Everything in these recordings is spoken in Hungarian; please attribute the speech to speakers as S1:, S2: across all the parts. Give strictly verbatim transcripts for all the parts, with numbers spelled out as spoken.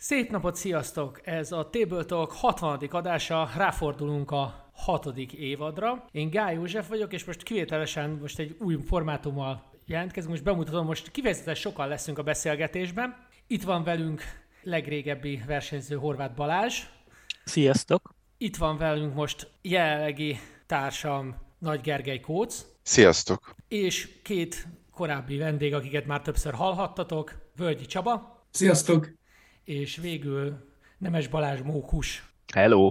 S1: Szép napot, sziasztok! Ez a Table Talk hatvanadik adása, ráfordulunk a hatodik évadra. Én Gály József vagyok, és most kivételesen most egy új formátummal jelentkezünk. Most bemutatom, most kivezetően sokan leszünk a beszélgetésben. Itt van velünk legrégebbi versenyző Horváth Balázs.
S2: Sziasztok!
S1: Itt van velünk most jelenlegi társam Nagy Gergely Kóc.
S3: Sziasztok!
S1: És két korábbi vendég, akiket már többször hallhattatok, Völgyi Csaba.
S4: Sziasztok!
S1: És végül Nemes Balázs Mókus.
S2: Hello!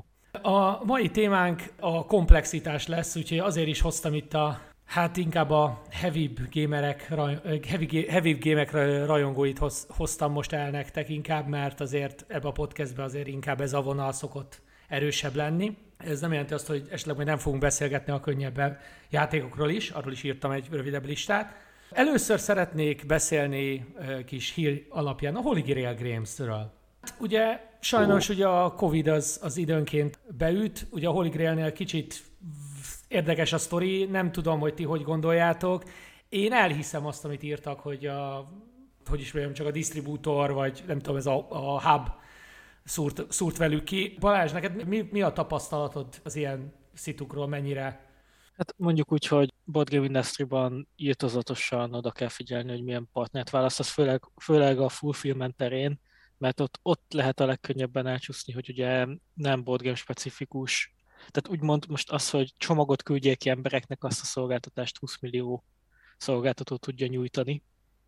S1: A mai témánk a komplexitás lesz, úgyhogy azért is hoztam itt a, hát inkább a heavybb gamerek, heavy, heavybb gamek rajongóit hoz, hoztam most el nektek inkább, mert azért ebbe a podcastbe azért inkább ez a vonal szokott erősebb lenni. Ez nem jelenti azt, hogy esetleg majd nem fogunk beszélgetni a könnyebb játékokról is, arról is írtam egy rövidebb listát. Először szeretnék beszélni kis hír alapján a Holy Grail Games-ről. Ugye sajnos ugye a Covid az, az időnként beüt, ugye a Holy Grailnél kicsit érdekes a sztori, nem tudom, hogy ti hogy gondoljátok. Én elhiszem azt, amit írtak, hogy a, hogy is mondjam, csak a disztribútor, vagy nem tudom, ez a, a hub szúrt, szúrt velük ki. Balázs, neked mi, mi a tapasztalatod az ilyen szitukról, mennyire?
S2: Hát mondjuk úgy, hogy Board Game Industry-ban írtozatosan oda kell figyelni, hogy milyen partnert választasz, főleg, főleg a fulfillment terén, mert ott, ott lehet a legkönnyebben elcsúszni, hogy ugye nem board game specifikus. Tehát úgymond most az, hogy csomagot küldjék ki embereknek, azt a szolgáltatást húsz millió szolgáltató tudja nyújtani.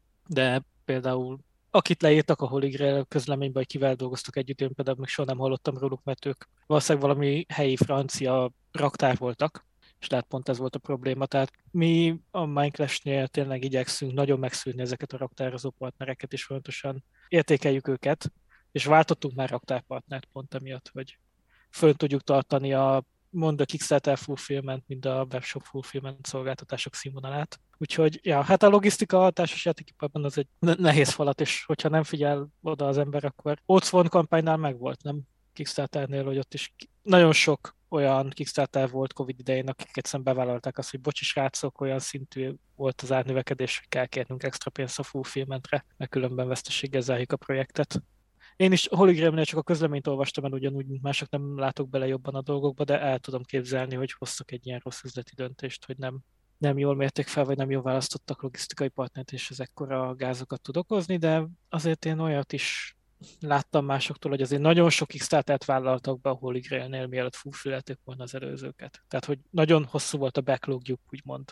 S2: De például akit leírtak a Holy Grail közleményben, hogy kivel dolgoztak együtt, én például még soha nem hallottam róluk, mert ők valószínűleg valami helyi francia raktár voltak, és lehet pont ez volt a probléma. Tehát mi a Minecraft-nél tényleg igyekszünk nagyon megszűrni ezeket a raktározó partnereket, és fontosan értékeljük őket, és váltottunk már raktárpartnert pont emiatt, hogy fönn tudjuk tartani a mind a Kickstarter fulfillment, mind a webshop fulfillment szolgáltatások színvonalát. Úgyhogy, ja, hát a logisztika a társasjátékiparban az egy nehéz falat, és hogyha nem figyel oda az ember, akkor Old Swan kampánynál megvolt, nem Kickstarternél, hogy ott is nagyon sok olyan Kickstarter volt Covid idején, akik egyszerűen bevállalták azt, hogy bocsi srácok, olyan szintű volt az árnövekedés, hogy kell kérnünk extra pénzt a fulfillmentre, mert különben veszteséggel zárjuk a projektet. Én is Holy Grailnél csak a közleményt olvastam el, ugyanúgy, mint mások, nem látok bele jobban a dolgokba, de el tudom képzelni, hogy hoztak egy ilyen rossz üzleti döntést, hogy nem, nem jól mérték fel, vagy nem jól választottak logisztikai partnert, és ez ekkora gázokat tud okozni, de azért én olyat is láttam másoktól, hogy azért nagyon sok Kickstartert vállaltak be a Holy Grailnél, mielőtt fulfillelték volna az előzőket. Tehát, hogy nagyon hosszú volt a backlogjuk, úgymond.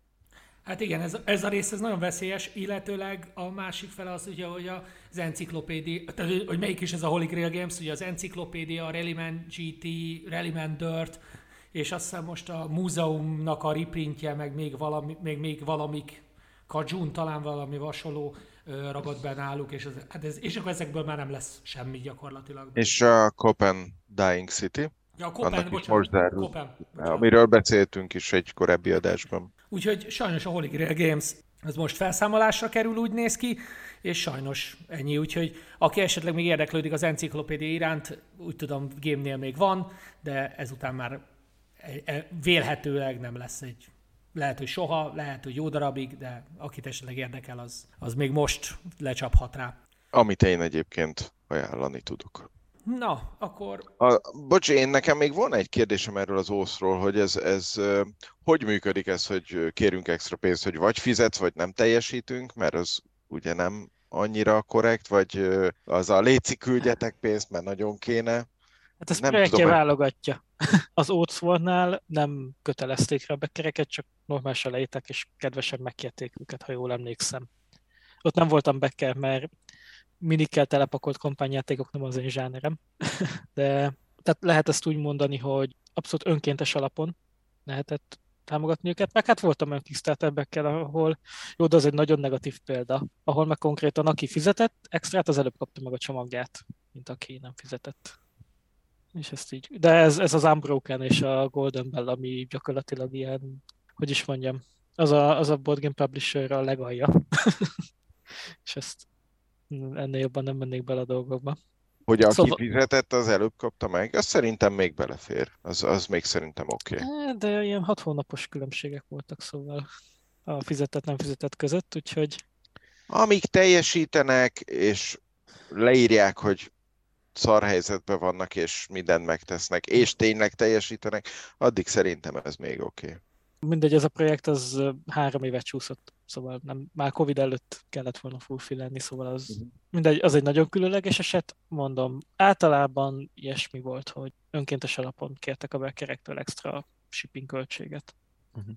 S1: Hát igen, ez, ez a rész ez nagyon veszélyes, illetőleg a másik fele az, ugye, hogy az enciklopédia, tehát, hogy melyik is ez a Holy Grail Games, ugye az enciklopédia, a Rallyman gé té, Rallyman Dirt, és azt hiszem most a múzeumnak a reprintje, meg még, valami, még, még valamik, Kajun talán valami hasonló ragad be náluk, és, az, hát ez, és akkor ezekből már nem lesz semmi gyakorlatilag.
S3: És a Copen Dying City.
S1: Ja, Copen,
S3: bocsánat, most zárul,
S1: Copen, bocsánat.
S3: Amiről beszéltünk is egy korábbi adásban.
S1: Úgyhogy sajnos a Holy Grail Games az most felszámolásra kerül, úgy néz ki, és sajnos ennyi. Úgyhogy aki esetleg még érdeklődik az enciklopédia iránt, úgy tudom, Game-nél még van, de ezután már vélhetőleg nem lesz egy, lehet, hogy soha, lehet, hogy jó darabig, de akit esetleg érdekel, az, az még most lecsaphat rá.
S3: Amit én egyébként ajánlani tudok.
S1: Na, akkor...
S3: A, bocs, én nekem még volna egy kérdésem erről az ószról, hogy ez, ez hogy működik ez, hogy kérünk extra pénzt, hogy vagy fizetsz, vagy nem teljesítünk, mert az ugye nem annyira korrekt, vagy az a léci küldjetek pénzt, mert nagyon kéne.
S2: Hát ez projektje válogatja. Az Old Swan-nál nem kötelezték rá a beckereket, csak normálisan leírták, és kedvesen megkérték őket, ha jól emlékszem. Ott nem voltam becker, mert minikkel telepakolt kampányjátékok nem az én zsánerem, de tehát lehet ezt úgy mondani, hogy abszolút önkéntes alapon lehetett támogatni őket, meg hát voltam olyan Kickstarterbekkel, ahol, jó, de az egy nagyon negatív példa, ahol meg konkrétan aki fizetett extrát, az előbb kapta meg a csomagját, mint aki nem fizetett. És ezt így. De ez, ez az Unbroken és a Golden Bell, ami gyakorlatilag ilyen, hogy is mondjam, az a, az a board game publisher a legalja. És ezt ennél jobban nem mennék bele a dolgokba.
S3: Hogy aki
S2: szóval...
S3: fizetett, az előbb kapta meg, az szerintem még belefér. Az, az még szerintem oké. Okay.
S2: De ilyen hat hónapos különbségek voltak, szóval a fizetett, nem fizetett között, úgyhogy...
S3: Amíg teljesítenek, és leírják, hogy szar helyzetben vannak, és mindent megtesznek, és tényleg teljesítenek, addig szerintem ez még oké. Okay.
S2: Mindegy, ez a projekt az három évet csúszott, szóval nem, már Covid előtt kellett volna fulfill lenni, szóval az uh-huh. mindegy, az egy nagyon különleges eset, mondom, általában ilyesmi volt, hogy önkéntes alapon kértek a backerektől extra shipping költséget. Uh-huh.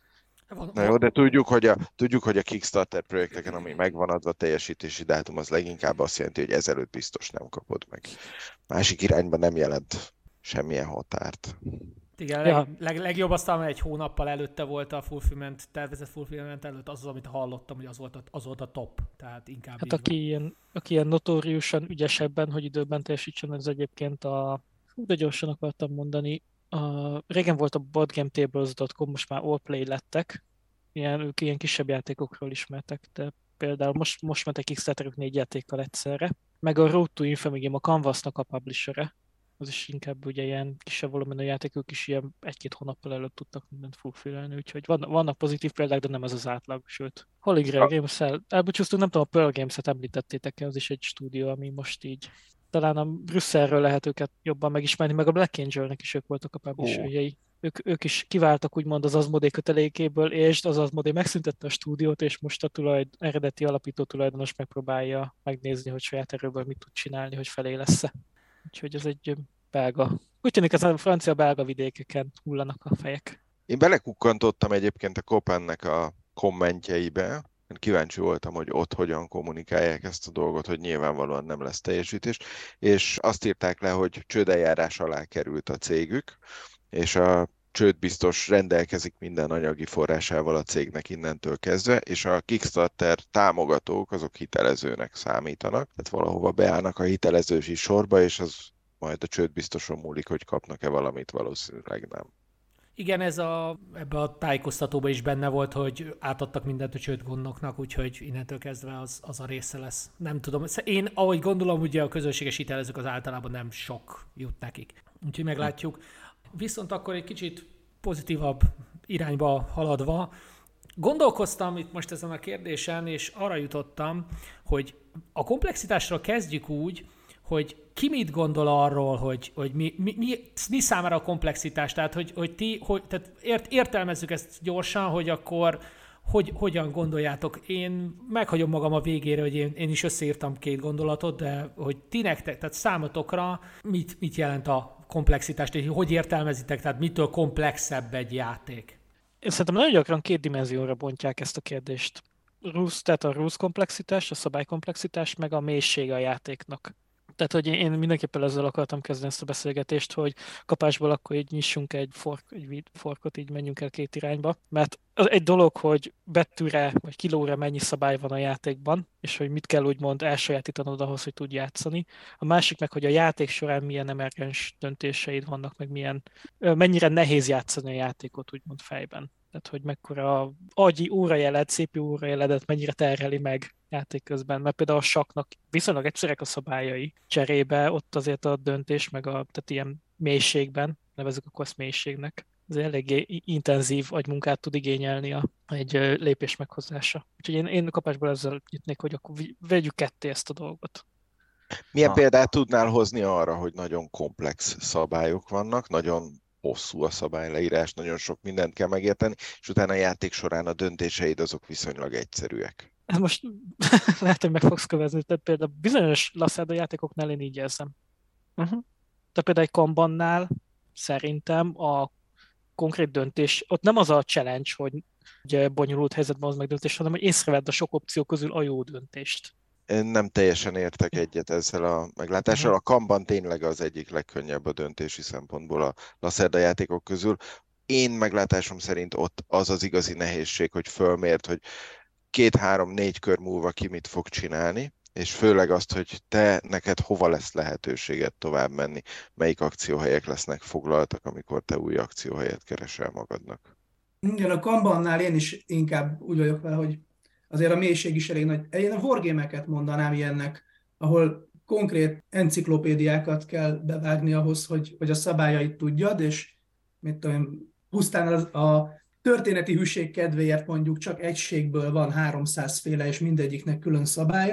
S3: Na jó, de tudjuk, hogy a, tudjuk, hogy a Kickstarter projekteken, ami megvan adva, a teljesítési dátum, az leginkább azt jelenti, hogy ezelőtt biztos nem kapod meg. Másik irányban nem jelent semmilyen határt.
S1: Igen, ja. leg, leg, legjobb aztán egy hónappal előtte volt a fulfillment, tervezett fulfillment előtt, az az, amit hallottam, hogy az volt a, az volt a top, tehát inkább
S2: Hát aki ilyen, aki ilyen notóriusan ügyesebben, hogy időben teljesítsen, ez egyébként a, hú, de gyorsan akartam mondani, a, régen volt a boardgametables dot com, most már Allplay lettek, ilyen, ők ilyen kisebb játékokról ismertek, de például most, most ment egy Kickstarterük négy játékkal egyszerre, meg a Road to Infamy Game, a Canvasnak a publisher-e, az is inkább ugye ilyen kisebb volumenű játékok is ilyen egy-két hónappal előtt tudtak mindent fulfillelni, úgyhogy vannak pozitív példák, de nem ez az átlag, sőt. Holy Grail Games-el, elbúcsúztunk, nem tudom, a Pearl Games-et említettétek-e, az is egy stúdió, ami most így, talán a Brüsszelről lehet őket jobban megismerni, meg a Black Angelnek is ők voltak a publisherjei. Ők, ők is kiváltak úgymond az Asmodee kötelékéből, és az Asmodee megszüntette a stúdiót, és most a tulajd, eredeti alapító tulajdonos megpróbálja megnézni, hogy saját erőből mit tud csinálni, hogy felé lesz-e. Úgyhogy ez egy belga. Úgy tűnik, ez a francia-belga vidékeken hullanak a fejek.
S3: Én belekukkantottam egyébként a Copennek a kommentjeibe. Én kíváncsi voltam, hogy ott hogyan kommunikálják ezt a dolgot, hogy nyilvánvalóan nem lesz teljesítés. És azt írták le, hogy csődeljárás alá került a cégük, és a csőd biztos rendelkezik minden anyagi forrásával a cégnek innentől kezdve, és a Kickstarter támogatók azok hitelezőnek számítanak, tehát valahova beállnak a hitelezősi sorba, és az majd a csőd biztosan múlik, hogy kapnak-e valamit, valószínűleg nem.
S1: Igen, ez a, ebbe a tájékoztatóban is benne volt, hogy átadtak mindent a csőd gondoknak, úgyhogy innentől kezdve az, az a része lesz. Nem tudom, én ahogy gondolom, ugye a közönséges hitelezők az általában nem sok jut nekik. Úgyhogy meglátjuk. Viszont akkor egy kicsit pozitívabb irányba haladva, gondolkoztam itt most ezen a kérdésen, és arra jutottam, hogy a komplexitásra kezdjük úgy, hogy ki mit gondol arról, hogy, hogy mi, mi, mi, mi számára a komplexitás, tehát hogy, hogy ti, hogy, tehát ért, értelmezzük ezt gyorsan, hogy akkor hogy, hogyan gondoljátok. Én meghagyom magam a végére, hogy én, én is összeírtam két gondolatot, de hogy ti nektek, tehát számotokra mit, mit jelent a komplexitást, és hogy értelmezitek, tehát mitől komplexebb egy játék?
S2: Én szerintem nagyon gyakran két dimenzióra bontják ezt a kérdést. Rules, tehát a rules komplexitás, a szabálykomplexitás, meg a mélysége a játéknak. Tehát, hogy én mindenképpen ezzel akartam kezdeni ezt a beszélgetést, hogy kapásból akkor így nyissunk egy, fork, egy forkot, így menjünk el két irányba. Mert az egy dolog, hogy betűre vagy kilóra mennyi szabály van a játékban, és hogy mit kell úgymond elsajátítanod ahhoz, hogy tudj játszani. A másik meg, hogy a játék során milyen emergens döntéseid vannak, meg milyen, mennyire nehéz játszani a játékot úgymond fejben. Tehát, hogy mekkora agyi órajeled, cé pé u órajeledet mennyire terheli meg játék közben, mert például a sakknak viszonylag egyszerűek a szabályai cserébe, ott azért a döntés, meg a, tehát ilyen mélységben, nevezzük akkor azt mélységnek, ez eléggé intenzív agymunkát tud igényelni a, egy lépés meghozása. Úgyhogy én, én kapásból ezzel nyitnék, hogy akkor vegyük ketté ezt a dolgot.
S3: Milyen ha. példát tudnál hozni arra, hogy nagyon komplex szabályok vannak, nagyon hosszú a szabályleírás, nagyon sok mindent kell megérteni, és utána a játék során a döntéseid azok viszonylag egyszerűek.
S2: Ez most lehet, hogy meg fogsz kövezni, tehát például bizonyos Lacerda játékoknál én így érzem. Uh-huh. Tehát például egy Kanbannál szerintem a konkrét döntés, ott nem az a challenge, hogy ugye bonyolult helyzetben az meg döntés, hanem hogy észrevedd a sok opció közül a jó döntést.
S3: Én nem teljesen értek egyet ezzel a meglátással. A Kanban tényleg az egyik legkönnyebb a döntési szempontból a Lacerda játékok közül. Én meglátásom szerint ott az az igazi nehézség, hogy fölmért, hogy két-három-négy kör múlva ki mit fog csinálni, és főleg azt, hogy te, neked hova lesz lehetőséged tovább menni, melyik akcióhelyek lesznek foglaltak, amikor te új akcióhelyet keresel magadnak.
S4: Igen, a Kanbannál én is inkább úgy vagyok vele, hogy azért a mélység is elég nagy. Én a wargame-eket mondanám ilyennek, ahol konkrét enciklopédiákat kell bevágni ahhoz, hogy, hogy a szabályait tudjad, és mit tudom, pusztán az, a történeti hűség kedvéért mondjuk csak egységből van háromszáz féle, és mindegyiknek külön szabálya,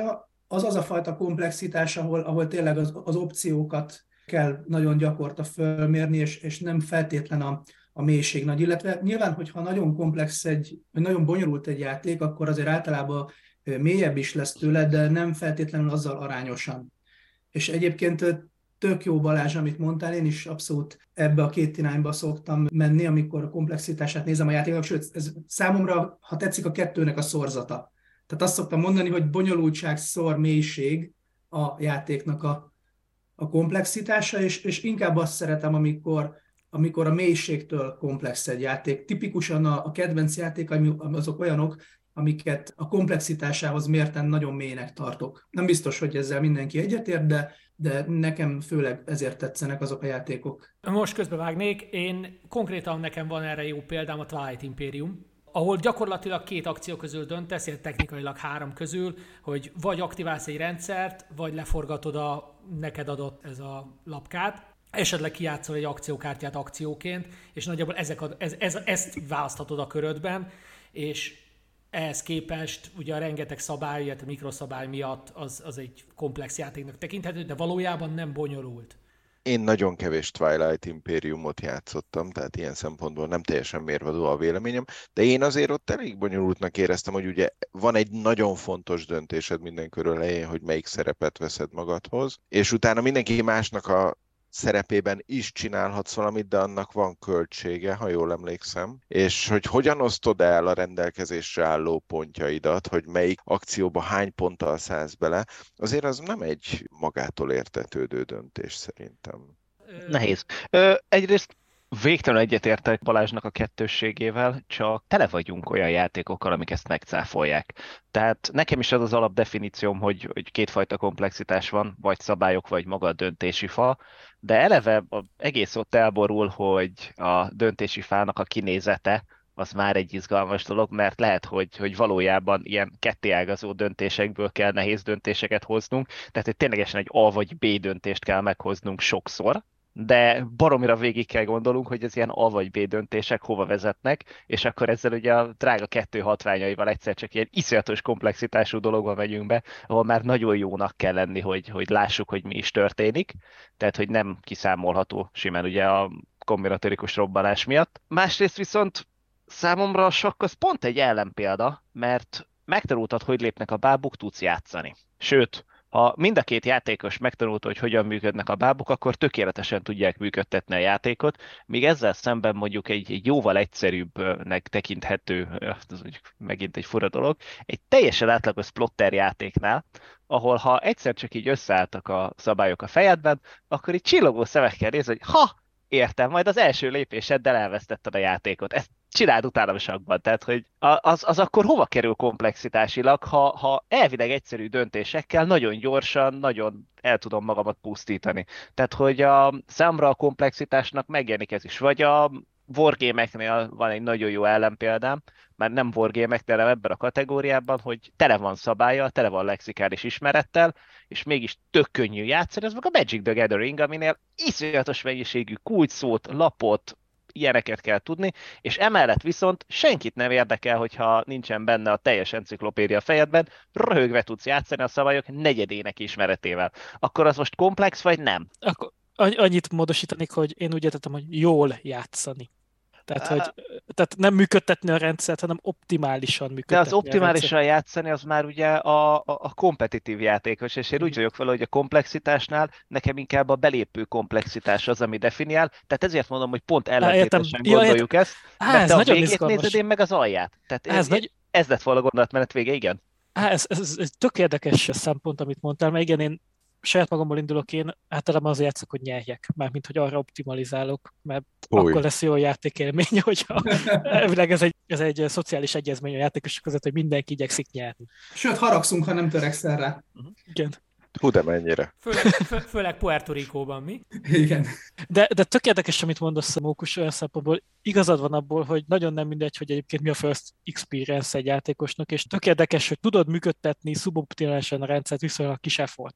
S4: az az a fajta komplexitás, ahol, ahol tényleg az, az opciókat kell nagyon gyakorta fölmérni, és, és nem feltétlen a, a mélység nagy. Illetve nyilván, hogyha nagyon komplex egy, vagy nagyon bonyolult egy játék, akkor azért általában mélyebb is lesz tőle, de nem feltétlenül azzal arányosan. És egyébként tök jó, Balázs, amit mondtál, én is abszolút ebbe a két irányba szoktam menni, amikor a komplexitását nézem a játéknak, sőt, ez számomra, ha tetszik, a kettőnek a szorzata. Tehát azt szoktam mondani, hogy bonyolultság szor mélység a játéknak a, a komplexitása, és, és inkább azt szeretem, amikor, amikor a mélységtől komplex egy játék. Tipikusan a, a kedvenc játékaim azok olyanok, amiket a komplexitásához mérten nagyon mélynek tartok. Nem biztos, hogy ezzel mindenki egyetért, de, de nekem főleg ezért tetszenek azok a játékok.
S1: Most közbevágnék, én konkrétan nekem van erre jó példám, a Twilight Imperium, ahol gyakorlatilag két akció közül döntesz, illetve technikailag három közül, hogy vagy aktiválsz egy rendszert, vagy leforgatod a neked adott ez a lapkát, esetleg kijátszol egy akciókártyát akcióként, és nagyjából ezek a, ez, ez, ezt választhatod a körödben, és ehhez képest ugye a rengeteg szabály, illetve mikroszabály miatt az, az egy komplex játéknak tekinthető, de valójában nem bonyolult.
S3: Én nagyon kevés Twilight Imperiumot játszottam, tehát ilyen szempontból nem teljesen mérvadó a véleményem, de én azért ott elég bonyolultnak éreztem, hogy ugye van egy nagyon fontos döntésed minden kör elején, hogy melyik szerepet veszed magadhoz, és utána mindenki másnak a szerepében is csinálhatsz valamit, de annak van költsége, ha jól emlékszem. És hogy hogyan osztod el a rendelkezésre álló pontjaidat, hogy melyik akcióba hány ponttal szállsz bele, azért az nem egy magától értetődő döntés szerintem.
S5: Nehéz. Ö, egyrészt végtelenül egyetértek Balázsnak a kettősségével, csak tele vagyunk olyan játékokkal, amik ezt megcáfolják. Tehát nekem is az az alapdefinícióm, hogy, hogy kétfajta komplexitás van, vagy szabályok, vagy maga a döntési fa, de eleve egész ott elborul, hogy a döntési fának a kinézete az már egy izgalmas dolog, mert lehet, hogy, hogy valójában ilyen kettéágazó döntésekből kell nehéz döntéseket hoznunk, tehát hogy ténylegesen egy A vagy B döntést kell meghoznunk sokszor, de baromira végig kell gondolnunk, hogy az ilyen A vagy B döntések hova vezetnek, és akkor ezzel ugye a drága kettő hatványaival egyszer csak ilyen iszonyatos komplexitású dologba megyünk be, ahol már nagyon jónak kell lenni, hogy, hogy lássuk, hogy mi is történik, tehát hogy nem kiszámolható simán ugye a kombinatorikus robbanás miatt. Másrészt viszont számomra a sakk az pont egy ellenpélda, mert megtanultad, hogy lépnek a bábuk, tudsz játszani. Sőt, ha mind a két játékos megtanulta, hogy hogyan működnek a bábuk, akkor tökéletesen tudják működtetni a játékot, míg ezzel szemben mondjuk egy, egy jóval egyszerűbbnek tekinthető, ez megint egy fura dolog, egy teljesen átlagos plotter játéknál, ahol ha egyszer csak így összeálltak a szabályok a fejedben, akkor így csillogó szemekkel néz, hogy ha, értem, majd az első lépéseddel elvesztetted a játékot. Ezt csináld utána a sakkban, tehát hogy az, az akkor hova kerül komplexitásilag, ha, ha elvileg egyszerű döntésekkel nagyon gyorsan, nagyon el tudom magamat pusztítani. Tehát, hogy a számra a komplexitásnak megjelenik ez is. Vagy a wargame-eknél van egy nagyon jó ellenpéldám, már nem wargame-eknél, hanem ebben a kategóriában, hogy tele van szabálya, tele van lexikális ismerettel, és mégis tök könnyű játszani, ez meg a Magic the Gathering, aminél iszonyatos mennyiségű kulcsszót, lapot, ilyeneket kell tudni, és emellett viszont senkit nem érdekel, hogyha nincsen benne a teljes enciklopédia fejedben, röhögve tudsz játszani a szabályok negyedének ismeretével. Akkor az most komplex, vagy nem?
S2: Akkor annyit módosítanék, hogy én úgy értettem, hogy jól játszani. Tehát, hogy, tehát nem működtetni a rendszert, hanem optimálisan működtetni.
S5: De az optimálisan játszani, az már ugye a, a, a kompetitív játékos, és én úgy vagyok vele, hogy a komplexitásnál nekem inkább a belépő komplexitás az, ami definiál, tehát ezért mondom, hogy pont ellentétesen ja, gondoljuk ja, ezt,
S2: Há,
S5: mert
S2: ez
S5: te a
S2: nagyon
S5: végét
S2: izgalmas.
S5: nézed, én meg az alját. Tehát
S2: ez,
S5: ez,
S2: nagy...
S5: ez lett volna a gondolatmenet vége, igen?
S2: Há, ez, ez, ez tök érdekes szempont, amit mondtál, mert igen, én saját magamból indulok, én általában azért játszok, hogy nyerjek, mármint hogy arra optimalizálok, mert Új. akkor lesz jó a játékélmény, hogyha elvileg ez egy, ez egy szociális egyezmény a játékosok között, hogy mindenki igyekszik nyerni.
S4: Sőt, haragszunk, ha nem törekszel rá.
S2: Uh-huh. Igen.
S3: Hú, de mennyire.
S1: Főleg, fő, főleg Puerto Ricóban, mi?
S4: Igen.
S2: De, de tök érdekes, amit mondasz, Mókus, olyan szempontból igazad van abból, hogy nagyon nem mindegy, hogy egyébként mi a first experience egy játékosnak, és tök érdekes, hogy tudod működtetni szuboptimálisan a rendszert viszonylag kis efforttal.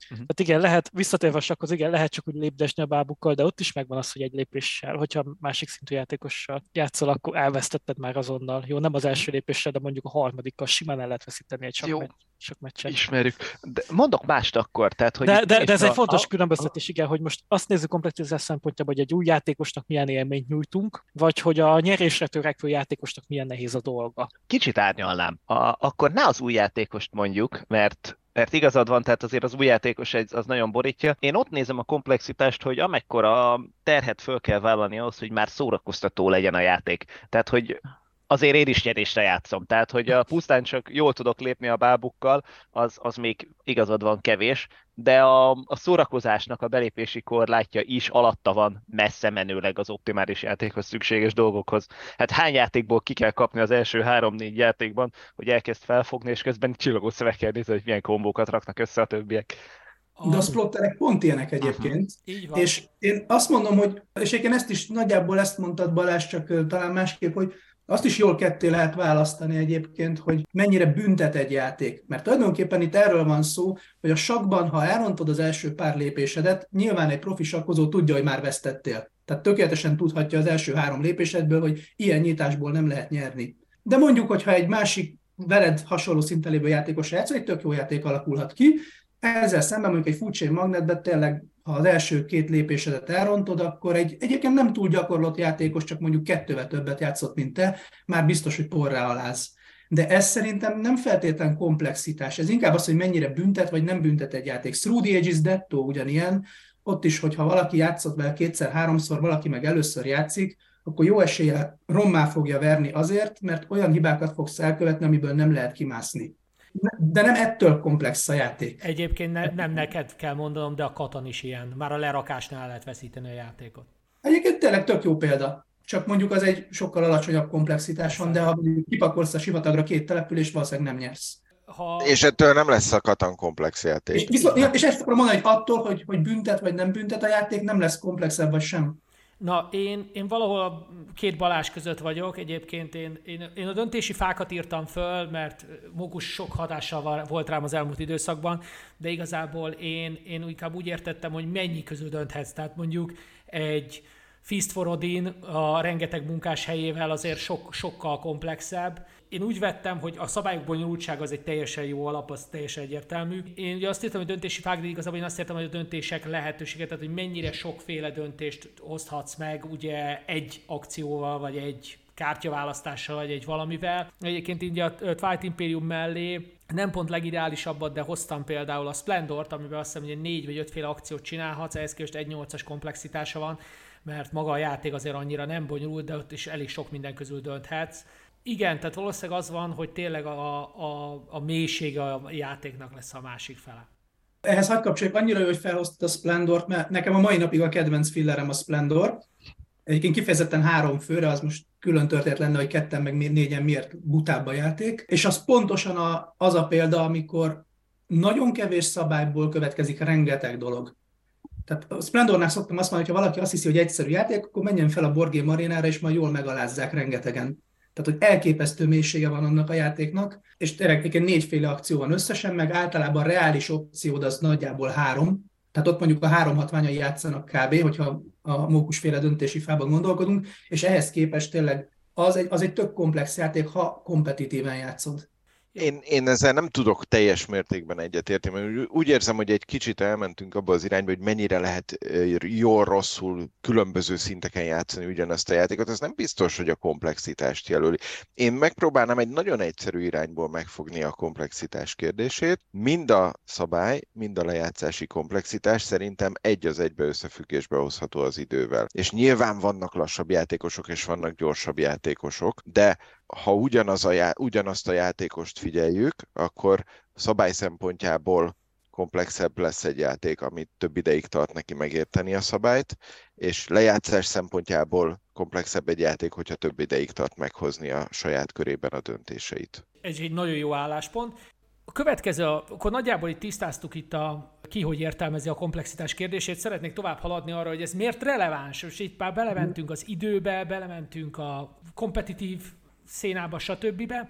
S2: Tehát igen, lehet, visszatérve a sakkhoz, igen, lehet csak úgy lépdesni a bábukkal, de ott is megvan az, hogy egy lépéssel, hogyha másik szintű játékossal játszol, akkor elvesztetted már azonnal. Jó, nem az első lépéssel, de mondjuk a harmadikkal simán el lehet veszíteni egy
S5: Jó.
S2: sok meccsen.
S5: Ismerjük. De mondok mást akkor. Tehát, hogy
S2: de, de, de ez
S5: a,
S2: egy fontos
S5: a,
S2: különböztetés, igen, hogy most azt nézzük komplexitás szempontjából, hogy egy új játékosnak milyen élményt nyújtunk, vagy hogy a nyerésre törekvő játékosnak milyen nehéz a dolga.
S5: Kicsit árnyalnám. A, akkor ne az új játékost mondjuk, mert Mert igazad van, tehát azért az új játékos az nagyon borítja. Én ott nézem a komplexitást, hogy amekkora terhet föl kell vállalni ahhoz, hogy már szórakoztató legyen a játék. Tehát, hogy azért én is nyerésre játszom. Tehát, hogy a pusztán csak jól tudok lépni a bábukkal, az, az még igazad van kevés, de a, a szórakozásnak a belépési korlátja is alatta van messze menőleg az optimális játékhoz szükséges dolgokhoz. Hát hány játékból ki kell kapni az első három-négy játékban, hogy elkezd felfogni, és közben csillagos szöveg kell nézni, hogy milyen kombókat raknak össze a többiek.
S4: De a splotterek pont ilyenek egyébként. Uh-huh. És én azt mondom, hogy, és én ezt is nagyjából ezt mondtad, Balázs, csak talán másképp, hogy azt is jól ketté lehet választani egyébként, hogy mennyire büntet egy játék. Mert tulajdonképpen itt erről van szó, hogy a sakkban, ha elrontod az első pár lépésedet, nyilván egy profi sakkozó tudja, hogy már vesztettél. Tehát tökéletesen tudhatja az első három lépésedből, hogy ilyen nyitásból nem lehet nyerni. De mondjuk, hogyha egy másik veled hasonló szinten lévő játékos játszol, egy tök jó játék alakulhat ki, ezzel szemben mondjuk egy Food Chain Magnetben tényleg, ha az első két lépésedet elrontod, akkor egy egyébként nem túl gyakorlott játékos, csak mondjuk kettővel többet játszott, mint te, már biztos, hogy porrá aláz. De ez szerintem nem feltétlen komplexitás. Ez inkább az, hogy mennyire büntet, vagy nem büntet egy játék. Through the Ages Detto ugyanilyen, ott is, hogyha valaki játszott vele kétszer-háromszor, valaki meg először játszik, akkor jó eséllyel rommá fogja verni azért, mert olyan hibákat fogsz elkövetni, amiből nem lehet kimászni. De nem ettől komplex a játék.
S1: Egyébként ne, nem neked kell mondanom, de a Katan is ilyen. Már a lerakásnál lehet veszíteni a játékot.
S4: Egyébként tényleg tök jó példa. Csak mondjuk az egy sokkal alacsonyabb komplexitás van, de ha kipakolsz a sivatagra két település, valószínűleg nem nyersz.
S3: Ha... És ettől nem lesz a Katan komplex játék.
S4: És, viszont, és ezt akarom mondani, hogy attól, hogy, hogy büntet vagy nem büntet a játék, nem lesz komplexebb vagy sem.
S1: Na, én, én valahol a két Balázs között vagyok. Egyébként én, én, én a döntési fákat írtam föl, mert Mókus sok hatással volt rám az elmúlt időszakban, de igazából én, én inkább úgy értettem, hogy mennyi közül dönthetsz. Tehát mondjuk egy Feast for Odin a rengeteg munkás helyével azért sok, sokkal komplexebb. Én úgy vettem, hogy a szabályok bonyolultság az egy teljesen jó alap, az teljesen egyértelmű. Én ugye azt írtam, hogy döntési fák, de igazából én azt írtam, hogy a döntések lehetőséget, tehát hogy mennyire sokféle döntést hozhatsz meg, ugye egy akcióval, vagy egy kártyaválasztással, vagy egy valamivel. Egyébként így a Twilight Imperium mellé nem pont legideálisabbat, de hoztam például a Splendort, amiben azt hiszem, hogy négy vagy ötféle akciót csinálhatsz, ehhez képest egy nyolcas komplexitása van, mert maga a játék azért annyira nem bonyolult, de ott is elég sok minden közül dönthetsz. Igen, tehát valószínűleg az van, hogy tényleg a, a, a mélysége a játéknak lesz a másik fele.
S4: Ehhez hadd kapcsoljuk, annyira jó, hogy felhoztad a Splendort, mert nekem a mai napig a kedvenc fillerem a Splendor. Egyébként kifejezetten három főre, az most külön történet lenne, hogy ketten meg négyen miért butább a játék. És az pontosan a, az a példa, amikor nagyon kevés szabályból következik rengeteg dolog. Tehát a Splendornál szoktam azt mondani, hogy ha valaki azt hiszi, hogy egyszerű játék, akkor menjen fel a Board Game Arénára, és majd jól megalázzák rengetegen. Tehát, hogy elképesztő mélysége van annak a játéknak, és tényleg négyféle akció van összesen, meg általában reális opciód az nagyjából három. Tehát ott mondjuk a három hatványai játszanak kb., hogyha a mókusféle döntési fában gondolkodunk, és ehhez képest tényleg az egy, az egy tök komplex játék, ha kompetitíven játszod.
S3: Én, én ezzel nem tudok teljes mértékben egyetérteni, mert úgy érzem, hogy egy kicsit elmentünk abba az irányba, hogy mennyire lehet jól-rosszul különböző szinteken játszani ugyanezt a játékot. Ez nem biztos, hogy a komplexitást jelöli. Én megpróbálnám egy nagyon egyszerű irányból megfogni a komplexitás kérdését. Mind a szabály, mind a lejátszási komplexitás szerintem egy az egybe összefüggésbe hozható az idővel. És nyilván vannak lassabb játékosok, és vannak gyorsabb játékosok, de ha ugyanaz a já- ugyanazt a játékost figyeljük, akkor szabály szempontjából komplexebb lesz egy játék, amit több ideig tart neki megérteni a szabályt, és lejátszás szempontjából komplexebb egy játék, hogyha több ideig tart meghozni a saját körében a döntéseit.
S1: Ez egy nagyon jó álláspont. A következő, akkor nagyjából itt tisztáztuk itt a ki, hogy értelmezi a komplexitás kérdését. Szeretnék tovább haladni arra, hogy ez miért releváns. És itt már belementünk az időbe, belementünk a kompetitív szénába, stb.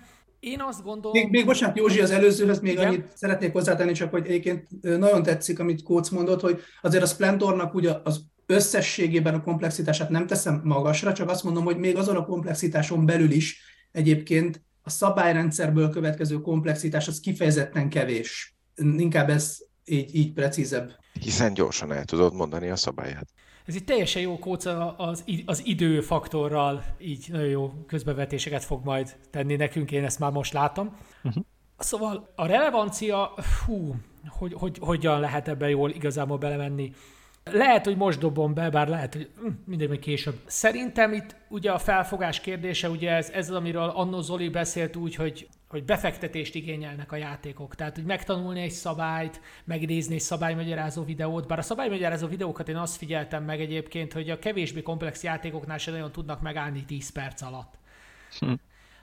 S1: Én azt gondolom...
S4: Még, még bocsánat, Józsi, az előzőhöz még
S1: Igen?
S4: annyit szeretnék hozzátenni, csak hogy egyébként nagyon tetszik, amit Kóc mondott, hogy azért a Splendornak ugye az összességében a komplexitását nem teszem magasra, csak azt mondom, hogy még azon a komplexitáson belül is egyébként a szabályrendszerből következő komplexitás az kifejezetten kevés. Inkább ez így, így precízebb.
S3: Hiszen gyorsan el tudod mondani a szabályát.
S1: Ez itt teljesen jó, Kóc, az, az időfaktorral így nagyon jó közbevetéseket fog majd tenni nekünk, én ezt már most látom. Uh-huh. Szóval a relevancia, hú, hogy, hogy, hogyan lehet ebben jól igazából belemenni. Lehet, hogy most dobom be, bár lehet, hogy mindegy, még később. Szerintem itt ugye a felfogás kérdése, ugye ez, ez az, amiről annó Zoli beszélt úgy, hogy, hogy befektetést igényelnek a játékok. Tehát, hogy megtanulni egy szabályt, megnézni egy szabálymagyarázó videót, bár a szabálymagyarázó videókat én azt figyeltem meg egyébként, hogy a kevésbé komplex játékoknál se nagyon tudnak megállni tíz perc alatt. Hm.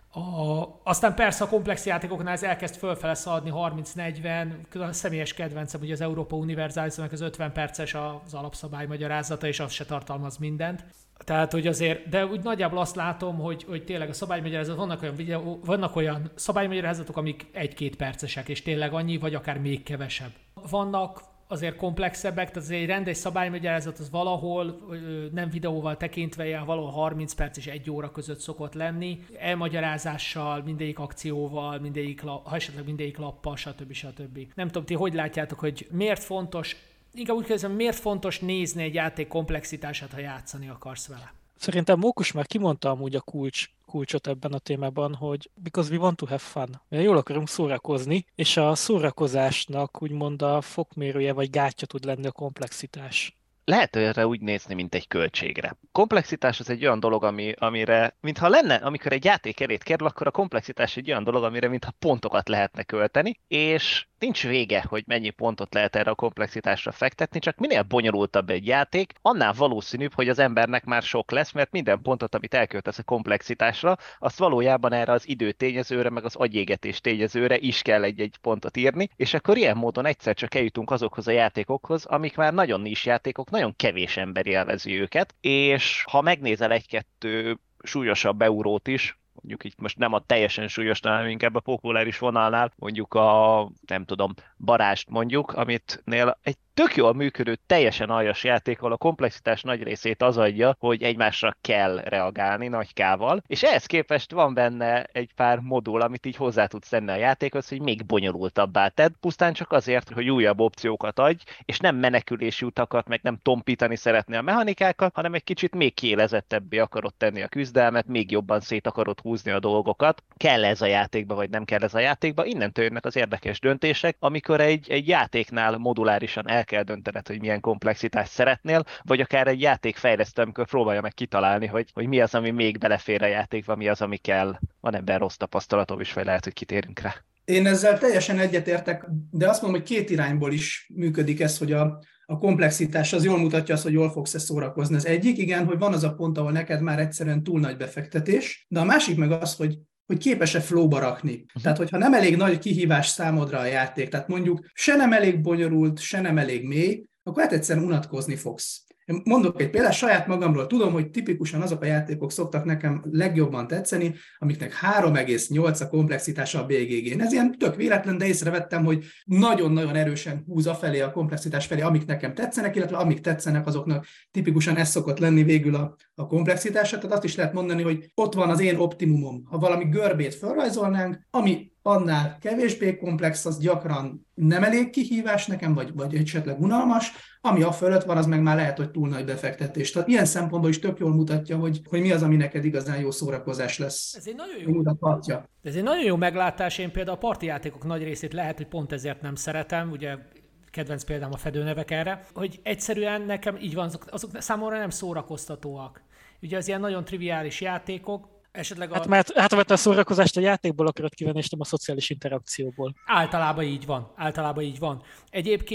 S1: A, aztán persze a komplex játékoknál ez elkezd fölfele szaladni harminc-negyven, a személyes kedvencem, ugye az Europa Universalis-nek az ötven perces az alapszabály magyarázata, és az se tartalmaz mindent. Tehát, hogy azért, de úgy nagyjából azt látom, hogy, hogy tényleg a szabálymagyarázat, vannak olyan, videó, vannak olyan szabálymagyarázatok, amik egy-két percesek, és tényleg annyi, vagy akár még kevesebb. Vannak azért komplexebbek, tehát egy rendes szabálymagyarázat az valahol nem videóval tekintve, ilyen valahol harminc perc és egy óra között szokott lenni, elmagyarázással, mindegyik akcióval, mindegyik, ha esetleg mindegyik lappal, stb. stb. Nem tudom, ti hogy látjátok, hogy miért fontos, inkább úgy kérdezem, miért fontos nézni egy játék komplexitását, ha játszani akarsz vele?
S2: Szerintem Mókus már kimondta amúgy a kulcs, kulcsot ebben a témában, hogy because we want to have fun. Mi jól akarunk szórakozni, és a szórakozásnak úgymond a fokmérője vagy gátja tud lenni a komplexitás.
S5: Lehet erre úgy nézni, mint egy költségre. Komplexitás az egy olyan dolog, ami, amire, mintha lenne, amikor egy játék elét kerül, akkor a komplexitás egy olyan dolog, amire mintha pontokat lehetne költeni, és nincs vége, hogy mennyi pontot lehet erre a komplexitásra fektetni, csak minél bonyolultabb egy játék, annál valószínűbb, hogy az embernek már sok lesz, mert minden pontot, amit elköltesz a komplexitásra, azt valójában erre az idő tényezőre, meg az agyégetés tényezőre is kell egy-egy pontot írni, és akkor ilyen módon egyszer csak eljutunk azokhoz a játékokhoz, amik már nagyon nis játékok, nagyon kevés ember élvezi őket, és ha megnézel egy-kettő súlyosabb eurót is, mondjuk így most nem a teljesen súlyosnál, hanem inkább a populáris vonalnál, mondjuk a, nem tudom, Barást mondjuk, amitnél egy tök jól működő, teljesen aljas játékkal a komplexitás nagy részét az adja, hogy egymásra kell reagálni nagy K-val, és ehhez képest van benne egy pár modul, amit így hozzá tudsz tenni a játékhoz, hogy még bonyolultabbá tedd, pusztán csak azért, hogy újabb opciókat adj, és nem menekülési utakat, meg nem tompítani szeretné a mechanikákat, hanem egy kicsit még kiélezettebbé akarod tenni a küzdelmet, még jobban szét akarod húzni a dolgokat. Kell ez a játékba, vagy nem kell ez a játékba? Innentől jönnek az érdekes döntések, amikor egy, egy játéknál modulárisan el kell döntened, hogy milyen komplexitást szeretnél, vagy akár egy játékfejlesztő, amikor próbálja meg kitalálni, hogy, hogy mi az, ami még belefér a játékba, mi az, ami kell. Van ebben rossz tapasztalatom is, vagy lehet, hogy kitérünk rá.
S4: Én ezzel teljesen egyetértek, de azt mondom, hogy két irányból is működik ez, hogy a, a komplexitás az jól mutatja azt, hogy jól fogsz-e szórakozni. Az egyik, igen, hogy van az a pont, ahol neked már egyszerűen túl nagy befektetés, de a másik meg az, hogy hogy képes-e flowba rakni. Uh-huh. Tehát, hogyha nem elég nagy kihívás számodra a játék, tehát mondjuk se nem elég bonyolult, se nem elég mély, akkor hát egyszerűen unatkozni fogsz. Én mondok egy példát saját magamról, tudom, hogy tipikusan azok a játékok szoktak nekem legjobban tetszeni, amiknek három egész nyolc a komplexitása a bé gé gén. Ez ilyen tök véletlen, de észrevettem, hogy nagyon-nagyon erősen húz afelé a komplexitás felé, amik nekem tetszenek, illetve amik tetszenek, azoknak tipikusan ez szokott lenni végül a, a komplexitása. Tehát azt is lehet mondani, hogy ott van az én optimumom. Ha valami görbét felrajzolnánk, ami annál kevésbé komplex, az gyakran nem elég kihívás nekem, vagy, vagy esetleg unalmas, ami a fölött van, az meg már lehet, hogy túl nagy befektetés. Tehát ilyen szempontból is tök jól mutatja, hogy, hogy mi az, ami neked igazán jó szórakozás lesz.
S1: Ez egy nagyon jó, ez egy nagyon jó meglátás, én például a parti játékok nagy részét lehet, hogy pont ezért nem szeretem, ugye kedvenc példám a fedőnevek erre, hogy egyszerűen nekem így van, azok, azok számomra nem szórakoztatóak. Ugye az ilyen nagyon triviális játékok, esetleg a...
S2: Hát mert, hát mert a szórakozást a játékból akarod kivenni, és nem a szociális interakcióból.
S1: Általában így van. Általában így van. Egyébként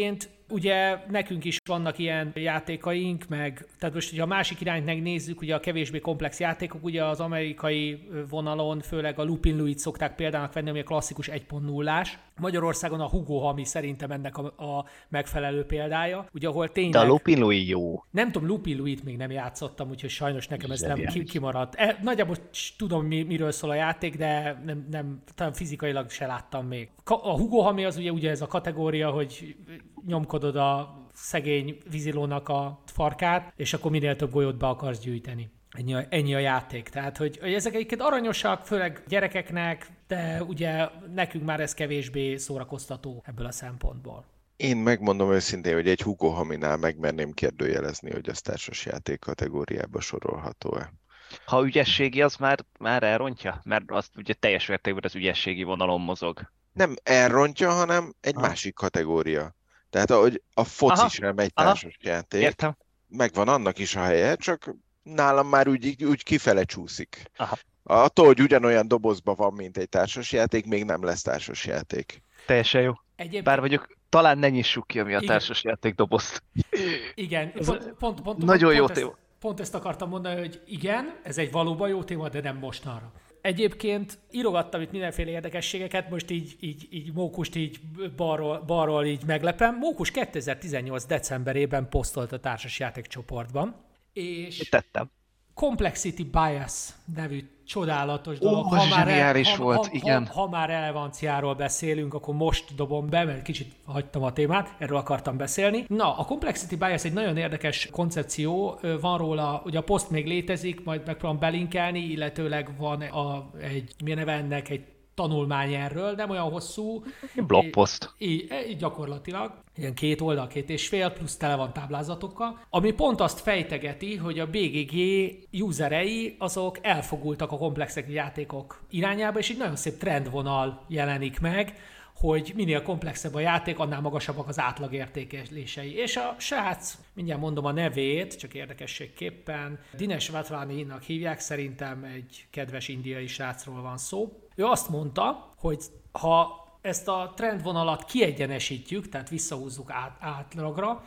S1: ugye nekünk is vannak ilyen játékaink, meg, tehát most, hogyha a másik irányt megnézzük, ugye a kevésbé komplex játékok, ugye az amerikai vonalon, főleg a Lupin Louis-t szokták példának venni, ami a klasszikus egy pont nullás. Magyarországon a Hugo Hami szerintem ennek a, a megfelelő példája, ugye ahol tényleg...
S5: De a Lupin Louis jó.
S1: Nem tudom, Lupin Louis-t még nem játszottam, úgyhogy sajnos nekem ez nem ki, kimaradt. E, nagyjából tudom, mi, miről szól a játék, de nem, nem, talán fizikailag se láttam még. A Hugo Hami az ugye, ugye ez a kategória, hogy nyomkodod a szegény vízilónak a farkát, és akkor minél több golyót be akarsz gyűjteni. Ennyi a, ennyi a játék. Tehát, hogy, hogy ezek egyébként aranyosak, főleg gyerekeknek, de ugye nekünk már ez kevésbé szórakoztató ebből a szempontból.
S3: Én megmondom őszintén, hogy egy Hugo Haminál megmerném kérdőjelezni, hogy az társasjáték kategóriába sorolható-e.
S5: Ha ügyességi, az már, már elrontja? Mert azt ugye teljes mértékben az ügyességi vonalon mozog.
S3: Nem elrontja, hanem egy Aha. másik kategória. Tehát ahogy a foci sem egy társasjáték,
S5: Értem.
S3: megvan annak is a helye, csak nálam már úgy, úgy kifele csúszik.
S5: Aha.
S3: Attól, hogy ugyanolyan dobozban van, mint egy társasjáték, még nem lesz társasjáték.
S5: Teljesen jó.
S1: Egyébként...
S5: Bár vagyok, talán ne nyissuk ki, ami a
S1: Igen.
S5: társasjáték dobozt.
S1: Igen, pont, pont, pont,
S5: nagyon
S1: pont,
S5: jó
S1: pont
S5: téma.
S1: Ezt, pont ezt akartam mondani, hogy igen, ez egy valóban jó téma, de nem mostanra. Egyébként írogattam itt mindenféle érdekességeket, most így, így, így Mókust így balról, balról így meglepem. Mókus kétezer-tizennyolc decemberében posztolt a társasjáték csoportban, és
S5: tettem.
S1: Complexity Bias nevű csodálatos dolog.
S5: Ó,
S1: ha már
S5: zseniális
S1: el, ha,
S5: volt,
S1: ha,
S5: igen.
S1: Ha, ha már relevanciáról beszélünk, akkor most dobom be, mert kicsit hagytam a témát, erről akartam beszélni. Na, a Complexity Bias egy nagyon érdekes koncepció, van róla, ugye a poszt még létezik, majd megpróbálom belinkelni, illetőleg van a, egy, milyen neve ennek, egy tanulmány erről, nem olyan hosszú.
S5: Blogpost.
S1: Így, így gyakorlatilag. Ilyen két oldal, két és fél, plusz tele van táblázatokkal, ami pont azt fejtegeti, hogy a bé gé gé userei azok elfogultak a komplexek játékok irányába, és egy nagyon szép trendvonal jelenik meg, hogy minél komplexebb a játék, annál magasabbak az átlagértékelései. És a srác, mindjárt mondom a nevét, csak érdekességképpen, Dinesh Vatwani-nak hívják, szerintem egy kedves indiai srácról van szó. Ő azt mondta, hogy ha ezt a trendvonalat kiegyenesítjük, tehát visszahúzzuk át, átlagra,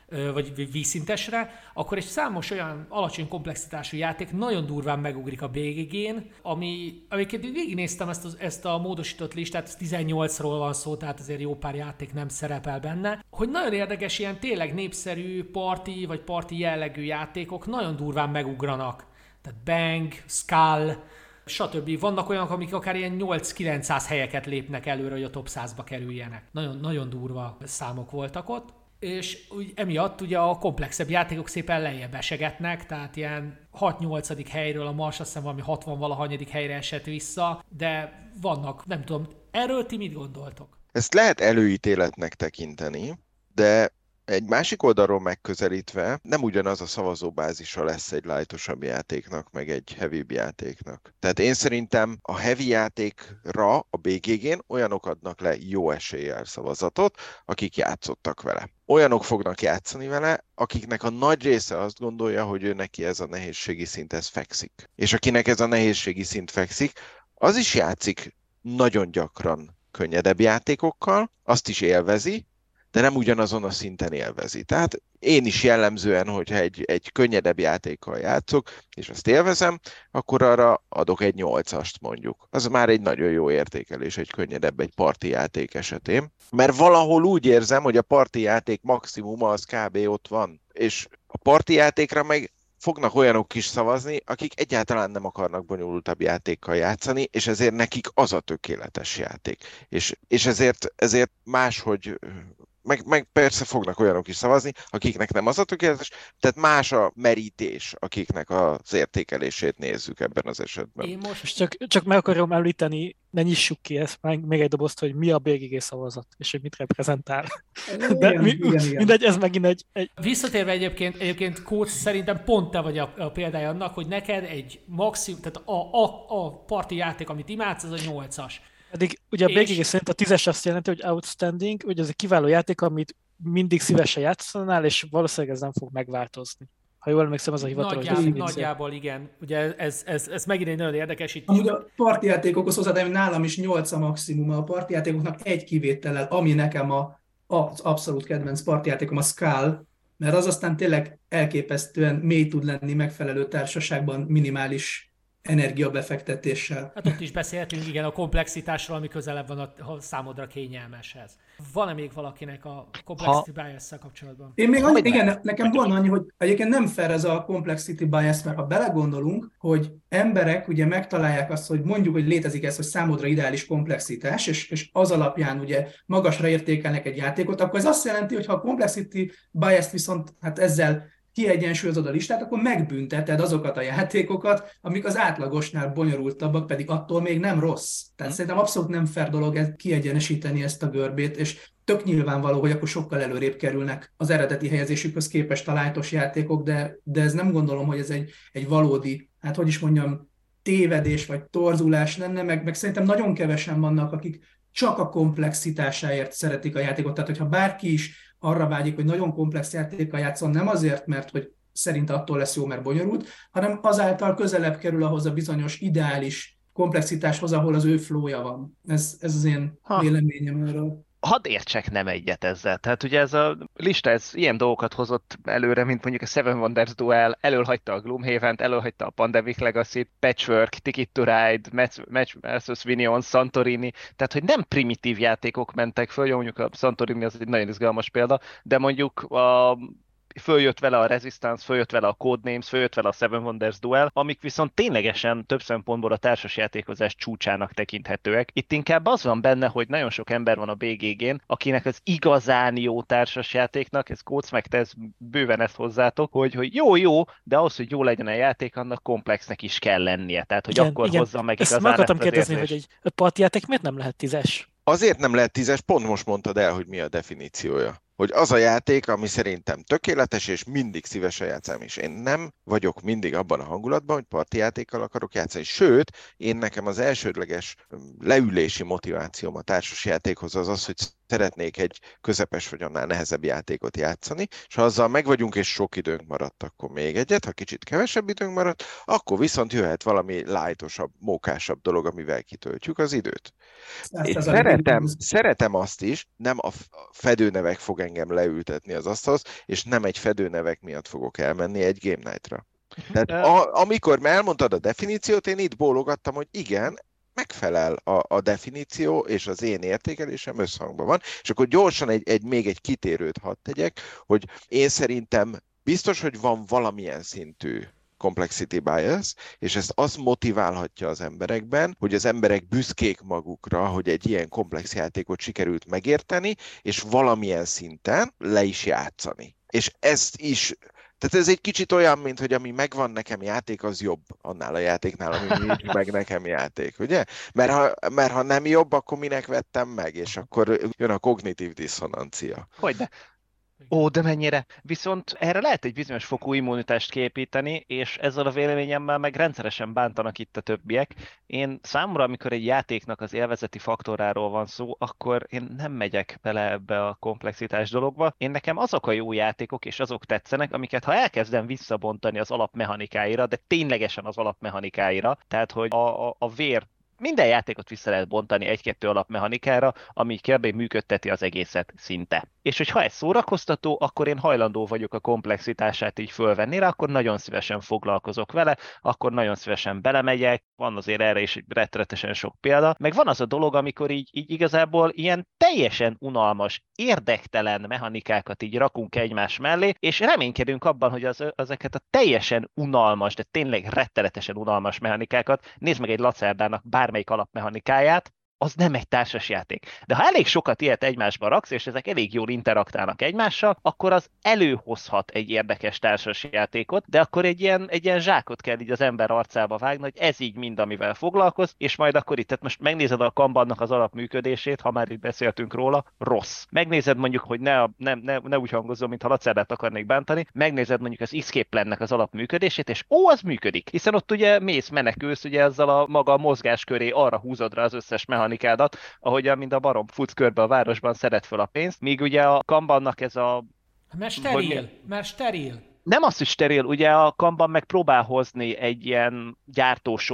S1: vagy vízszintesre, akkor egy számos olyan alacsony komplexitású játék nagyon durván megugrik a bé gé gén, ami, amiket végignéztem ezt, az, ezt a módosított listát, ez tizennyolcról van szó, tehát azért jó pár játék nem szerepel benne, hogy nagyon érdekes ilyen tényleg népszerű parti vagy parti jellegű játékok nagyon durván megugranak. Tehát Bang, Skull, stb. Vannak olyanok, amik akár ilyen nyolc-kilencszáz helyeket lépnek előre, hogy a top százba kerüljenek. Nagyon, nagyon durva számok voltak ott. És úgy, emiatt ugye a komplexebb játékok szépen lejjebb esegetnek, tehát ilyen hat-nyolcadik helyről a Mars azt hiszem valami hatvan-valahanyadik helyre esett vissza, de vannak, nem tudom, erről ti mit gondoltok?
S3: Ezt lehet előítéletnek tekinteni, de egy másik oldalról megközelítve nem ugyanaz a szavazóbázisa lesz egy lightosabb játéknak, meg egy heavybb játéknak. Tehát én szerintem a heavy játékra a bé gé gén olyanok adnak le jó eséllyel szavazatot, akik játszottak vele. Olyanok fognak játszani vele, akiknek a nagy része azt gondolja, hogy ő neki ez a nehézségi szint, ez fekszik. És akinek ez a nehézségi szint fekszik, az is játszik nagyon gyakran könnyedebb játékokkal, azt is élvezi, de nem ugyanazon a szinten élvezi. Tehát én is jellemzően, hogyha egy, egy könnyedebb játékkal játszok, és azt élvezem, akkor arra adok egy nyolcast mondjuk. Az már egy nagyon jó értékelés, egy könnyedebb, egy parti játék esetén. Mert valahol úgy érzem, hogy a parti játék maximuma az kb. Ott van. És a parti játékra meg fognak olyanok is szavazni, akik egyáltalán nem akarnak bonyolultabb játékkal játszani, és ezért nekik az a tökéletes játék. És, és ezért, ezért máshogy... Meg, meg persze fognak olyanok is szavazni, akiknek nem az a tökéletes, tehát más a merítés, akiknek az értékelését nézzük ebben az esetben.
S2: Én most csak, csak meg akarom említeni, ne nyissuk ki ezt, még egy dobozt, hogy mi a bé gé gé szavazat, és hogy mit reprezentál. De
S4: igen,
S2: mi,
S4: igen, igen.
S2: mindegy, ez megint egy... egy...
S1: Visszatérve egyébként, egyébként Kóc, szerintem pont te vagy a, a példája annak, hogy neked egy maximum, tehát a, a, a parti játék, amit imádsz, az a nyolcas.
S2: Pedig ugye a
S1: És...
S2: bé gé gé szerint a tízes azt jelenti, hogy outstanding, hogy ez egy kiváló játék, amit mindig szívesen játszanál, és valószínűleg ez nem fog megváltozni. Ha jól emlékszem, az a hivatalos
S1: Nagyjából, nagyjából igen. Ugye ez, ez, ez megint egy nagyon érdekes. Itt
S4: Amúgy a partijátékokhoz hozzáadom, nálam is nyolc a maximum. A partijátékoknak egy kivétellel, ami nekem a az abszolút kedvenc partijátékom a Skull, mert az aztán tényleg elképesztően mély tud lenni megfelelő társaságban minimális energiabefektetéssel.
S1: Hát ott is beszéltünk, igen, a komplexitásról, ami közelebb van a, a számodra kényelmeshez. Van-e még valakinek a complexity ha... bias-szel kapcsolatban?
S4: Én még annyi, igen, nekem volna annyi, hogy egyébként nem fair ez a complexity bias, mert ha belegondolunk, hogy emberek ugye megtalálják azt, hogy mondjuk, hogy létezik ez, hogy számodra ideális komplexitás, és, és az alapján ugye magasra értékelnek egy játékot, akkor ez azt jelenti, hogy ha a complexity bias viszont hát ezzel kiegyensúlyozod a listát, akkor megbünteted azokat a játékokat, amik az átlagosnál bonyolultabbak, pedig attól még nem rossz. Tehát hmm. szerintem abszolút nem fair dolog ez, kiegyenesíteni ezt a görbét, és tök nyilvánvaló, hogy akkor sokkal előrébb kerülnek az eredeti helyezésükhöz képest a lightos játékok, de, de ez nem gondolom, hogy ez egy, egy valódi, hát hogy is mondjam, tévedés vagy torzulás lenne, meg, meg szerintem nagyon kevesen vannak, akik csak a komplexitásáért szeretik a játékot. Tehát, hogyha bárki is arra vágyik, hogy nagyon komplex játékkal játszon, nem azért, mert hogy szerint attól lesz jó, mert bonyolult, hanem azáltal közelebb kerül ahhoz a bizonyos ideális komplexitáshoz, ahol az ő flowja van. Ez, ez az én ha. véleményem erről.
S5: Hadd értsek nem egyet ezzel. Tehát ugye ez a lista ez ilyen dolgokat hozott előre, mint mondjuk a Seven Wonders Duel, elölhagyta a Gloomhaven-t, elölhagyta a Pandemic Legacy-t, Patchwork, Ticket to Ride, Match, Match versus. Minions, Santorini, tehát hogy nem primitív játékok mentek föl, jó, mondjuk a Santorini az egy nagyon izgalmas példa, de mondjuk a följött vele a Resistance, följött vele a Codenames, följött vele a Seven Wonders Duel, amik viszont ténylegesen több szempontból a társasjátékozás csúcsának tekinthetőek. Itt inkább az van benne, hogy nagyon sok ember van a bé gé gén, akinek az igazán jó társasjátéknak, ez Kóc meg te, ez bőven ezt hozzátok, hogy, hogy jó-jó, de ahhoz, hogy jó legyen a játék, annak komplexnek is kell lennie. Tehát, hogy igen, akkor igen. hozza meg
S2: ezt
S5: igazán
S2: ezt akartam kérdezni, hogy egy partijáték miért nem lehet tízes?
S3: Azért nem lehet tízes, pont most mondtad el, hogy mi a definíciója. Hogy az a játék, ami szerintem tökéletes, és mindig szívesen játszám, és én nem vagyok mindig abban a hangulatban, hogy partijátékkal akarok játszani. Sőt, én nekem az elsődleges leülési motivációm a társasjátékhoz az az, hogy szeretnék egy közepes vagy annál nehezebb játékot játszani, és ha azzal meg vagyunk, és sok időnk maradt, akkor még egyet, ha kicsit kevesebb időnk maradt, akkor viszont jöhet valami lightosabb, mókásabb dolog, amivel kitöltjük az időt. Én szeretem, szeretem azt is, nem a fedőnevek fog engem leültetni az asztalhoz, és nem egy fedőnevek miatt fogok elmenni egy Game Night-ra. Tehát a, amikor elmondtad a definíciót, én itt bólogattam, hogy igen, megfelel a, a definíció, és az én értékelésem összhangban van, és akkor gyorsan egy, egy, még egy kitérőt hadd tegyek, hogy én szerintem biztos, hogy van valamilyen szintű complexity bias, és ezt az motiválhatja az emberekben, hogy az emberek büszkék magukra, hogy egy ilyen komplex játékot sikerült megérteni, és valamilyen szinten le is játszani. És ezt is, tehát ez egy kicsit olyan, mint hogy ami megvan nekem játék, az jobb annál a játéknál, ami nincs meg nekem játék, ugye? Mert ha, mert ha nem jobb, akkor minek vettem meg, és akkor jön a kognitív diszonancia.
S5: Hogyne? Ó, de mennyire. Viszont erre lehet egy bizonyos fokú immunitást kiépíteni, és ezzel a véleményemmel meg rendszeresen bántanak itt a többiek. Én számomra, amikor egy játéknak az élvezeti faktoráról van szó, akkor én nem megyek bele ebbe a komplexitás dologba. Én nekem azok a jó játékok, és azok tetszenek, amiket ha elkezdem visszabontani az alapmechanikáira, de ténylegesen az alapmechanikáira, tehát hogy a, a, a vér minden játékot vissza lehet bontani egy-kettő alapmechanikára, ami kb. Működteti az egészet szinte. És hogyha ez szórakoztató, akkor én hajlandó vagyok a komplexitását így fölvenni rá, akkor nagyon szívesen foglalkozok vele, akkor nagyon szívesen belemegyek, van azért erre is egy rettenetesen sok példa, meg van az a dolog, amikor így, így igazából ilyen teljesen unalmas, érdektelen mechanikákat így rakunk egymás mellé, és reménykedünk abban, hogy az, ezeket a teljesen unalmas, de tényleg rettenetesen unalmas mechanikákat, nézd meg egy lacárdának bármelyik alapmechanikáját, az nem egy társasjáték. De ha elég sokat ilyet egymásba raksz, és ezek elég jól interaktálnak egymással, akkor az előhozhat egy érdekes társasjátékot, de akkor egy ilyen, egy ilyen zsákot kell így az ember arcába vágni, hogy ez így mind, amivel foglalkoz, és majd akkor itt, tehát most megnézed a Kanbannak az alapműködését, ha már itt beszéltünk róla, rossz. Megnézed mondjuk, hogy ne, ne, ne, ne úgy hangozzon, mintha Lacerát akarnék bántani, megnézed mondjuk az Escape Plan-nek az alapműködését, és ó, az működik. Hiszen ott ugye mész, menekülsz, ugye ezzel a maga a mozgás köré arra húzod rá az összes mechanikádat, ahogyan mind a barom futsz körbe a városban, szedett fel a pénzt, míg ugye a Kanbannak ez a...
S1: Mert steril, mert steril.
S5: Nem az, hogy steril, ugye a Kanban meg próbál hozni egy ilyen gyártósort,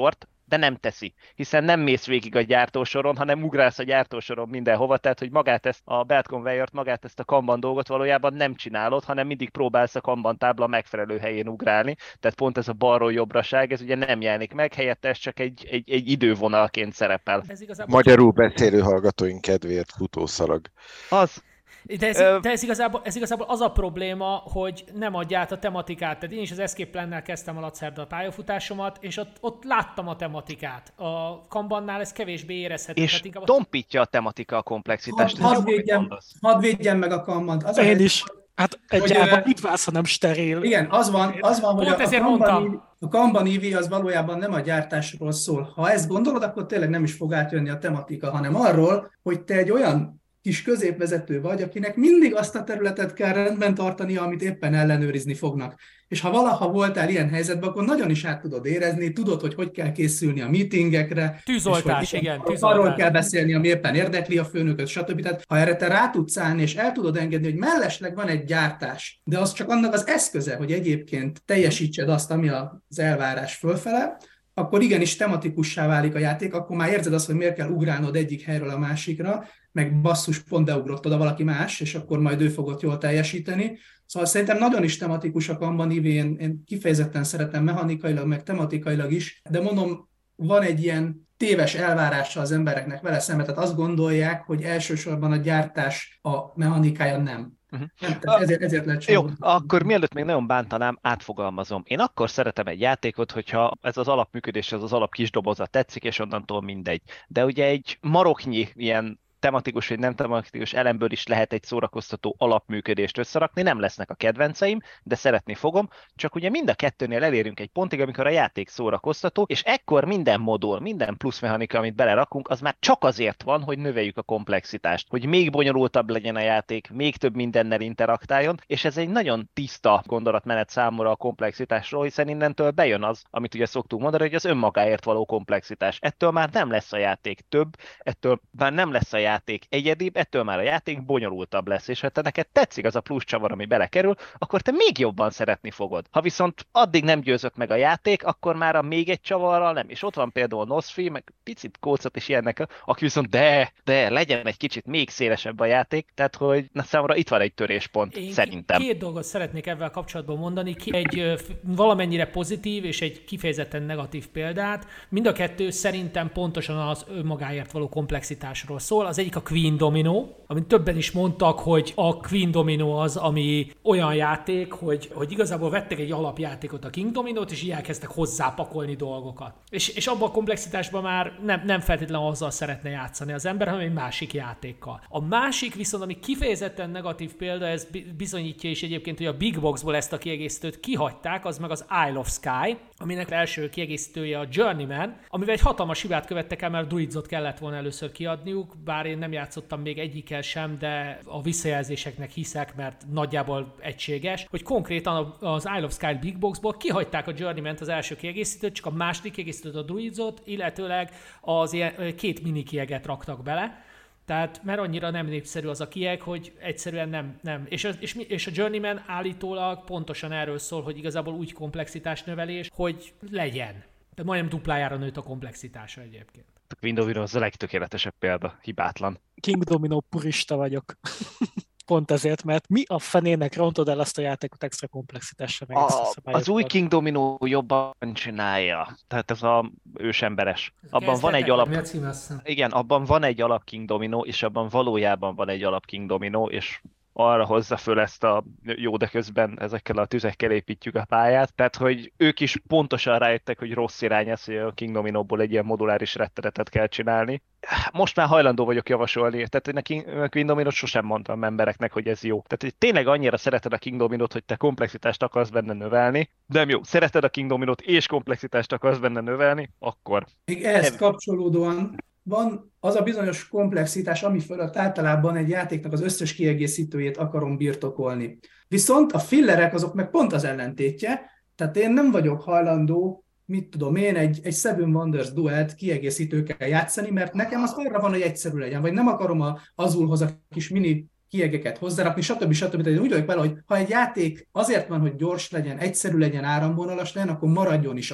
S5: de nem teszi, hiszen nem mész végig a gyártósoron, hanem ugrálsz a gyártósoron mindenhova, tehát hogy magát ezt a belt conveyort, magát ezt a Kanban dolgot valójában nem csinálod, hanem mindig próbálsz a Kanban tábla megfelelő helyén ugrálni, tehát pont ez a balról jobbra-ság, ez ugye nem jelenik meg, helyette ez csak egy, egy, egy idővonalként szerepel.
S1: Ez igazából...
S3: Magyarul beszélő hallgatóink kedvéért futószalag.
S5: Az.
S1: De, ez, de ez, igazából, ez igazából az a probléma, hogy nem adja át a tematikát. Tehát én is az Escape Plannel kezdtem a Lacerda a pályafutásomat, és ott, ott láttam a tematikát. A Kanbannál ez kevésbé érezhető.
S5: És
S1: inkább...
S5: tompítja a tematika a komplexitást.
S4: Hadd had védjem, had védjem meg a Kanbant. Az
S2: Én
S4: a
S2: is. Hát egyáltalán mit válsz, ha nem steril?
S4: Igen, az van, az van hogy
S1: Pont
S4: a,
S1: ezért
S4: a, Kanban,
S1: mondtam.
S4: a Kanban í vé az valójában nem a gyártásról szól. Ha ezt gondolod, akkor tényleg nem is fog átjönni a tematika, hanem arról, hogy te egy olyan kis középvezető vagy, akinek mindig azt a területet kell rendben tartania, amit éppen ellenőrizni fognak. És ha valaha voltál ilyen helyzetben, akkor nagyon is át tudod érezni, tudod, hogy hogy kell készülni a meetingekre.
S1: Tűzoltás,
S4: hogy
S1: igen,
S4: arról
S1: tűzoltás.
S4: Arról kell beszélni, ami éppen érdekli a főnököt, stb. Tehát ha erre te rá tudsz állni, és el tudod engedni, hogy mellesleg van egy gyártás, de az csak annak az eszköze, hogy egyébként teljesítsed azt, ami az elvárás fölfele, akkor igenis tematikussá válik a játék, akkor már érzed azt, hogy miért kell ugrálnod egyik helyről a másikra, meg basszus, pont beugrott oda valaki más, és akkor majd ő fogott jól teljesíteni. Szóval szerintem nagyon is tematikus a Kanban í vé, én, én kifejezetten szeretem mechanikailag, meg tematikailag is, de mondom, van egy ilyen téves elvárása az embereknek vele szemben, tehát azt gondolják, hogy elsősorban a gyártás a mechanikája nem. Uh-huh. Nem, tehát ezért, ezért lehet
S5: Jó, akkor mielőtt még nagyon bántanám, átfogalmazom. Én akkor szeretem egy játékot, hogyha ez az alapműködés, ez az alap kis doboza tetszik, és onnantól mindegy. De ugye egy maroknyi ilyen tematikus vagy nem tematikus elemből is lehet egy szórakoztató alapműködést összerakni, nem lesznek a kedvenceim, de szeretni fogom, csak ugye mind a kettőnél elérünk egy pontig, amikor a játék szórakoztató, és ekkor minden modul, minden plusz mechanika, amit belerakunk, az már csak azért van, hogy növeljük a komplexitást, hogy még bonyolultabb legyen a játék, még több mindennel interaktáljon, és ez egy nagyon tiszta gondolatmenet számomra a komplexitásról, hiszen innentől bejön az, amit ugye szoktunk mondani, hogy az önmagáért való komplexitás. Ettől már nem lesz a játék több, ettől már nem lesz a játék játék egyedibb, ettől már a játék bonyolultabb lesz, és ha te neked tetszik az a plusz csavar, ami belekerül, akkor te még jobban szeretni fogod. Ha viszont addig nem győzött meg a játék, akkor már a még egy csavarral nem. És ott van például Nosfi, meg picit Kócot is ilyennek, aki viszont de, de legyen egy kicsit még szélesebb a játék, tehát hogy na számomra itt van egy töréspont,
S1: Én
S5: szerintem.
S1: Két dolgot szeretnék ebben kapcsolatban mondani, egy valamennyire pozitív és egy kifejezetten negatív példát. Mind a kettő szerintem pontosan az önmagáért való komplexitásról szól. Az egyik a Queen Domino, amit többen is mondtak, hogy a Queen Domino az, ami olyan játék, hogy, hogy igazából vettek egy alapjátékot, a King Dominót, és így elkezdtek hozzápakolni dolgokat. És, és abban a komplexitásban már nem, nem feltétlenül azzal szeretne játszani az ember, hanem egy másik játékkal. A másik viszont, ami kifejezetten negatív példa, ez bizonyítja is egyébként, hogy a Big Boxból ezt a kiegészítőt kihagyták, az meg az Isle of Sky, aminek első kiegészítője a Journeyman, amivel egy hatalmas hibát követtek el, mert a Druidsot kellett volna először kiadniuk, bár én nem játszottam még egyikkel sem, de a visszajelzéseknek hiszek, mert nagyjából egységes, hogy konkrétan az Isle of Sky Big Boxból kihagyták a Journeyman-t, az első kiegészítőt, csak a második kiegészítőt, a Druidsot, illetőleg az ilyen, két mini kieget raktak bele. Tehát, mert annyira nem népszerű az a kieg, hogy egyszerűen nem, nem. És, az, és, és a Journeyman állítólag pontosan erről szól, hogy igazából úgy komplexitás növelés, hogy legyen. Tehát majdnem duplájára nőtt a komplexitása egyébként.
S5: A Queen Domino az a legtökéletesebb példa, hibátlan.
S2: King Domino purista vagyok. Pont ezért, mert mi a fenének rontod el azt a játékot extra komplexitással? Meg
S5: A, az új King Domino jobban csinálja. Tehát ez az ősemberes. Abban van egy alap... Igen, abban van egy alap King Domino, és abban valójában van egy alap King Domino, és arra hozza föl ezt a jó, de közben ezekkel a tüzekkel építjük a pályát. Tehát, hogy ők is pontosan rájöttek, hogy rossz irány ez, hogy a King Dominoból egy ilyen moduláris rettenetet kell csinálni. Most már hajlandó vagyok javasolni, tehát hogy a King Dominót sosem mondtam embereknek, hogy ez jó. Tehát, hogy tényleg annyira szereted a King Dominót, hogy te komplexitást akarsz benne növelni, de nem jó. Szereted a King Dominót és komplexitást akarsz benne növelni, akkor...
S4: Még ehhez kapcsolódóan van az a bizonyos komplexitás, ami fölött általában egy játéknak az összes kiegészítőjét akarom birtokolni. Viszont a fillerek azok meg pont az ellentétje, tehát én nem vagyok hajlandó, mit tudom én, egy, egy Seven Wonders duelt kiegészítőkkel játszani, mert nekem az arra van, hogy egyszerű legyen, vagy nem akarom a Azulhoz a kis mini kiegeket hozzárakni, stb. stb. Tehát úgy vagyok vele, hogy ha egy játék azért van, hogy gyors legyen, egyszerű legyen, áramvonalas legyen, akkor maradjon is az.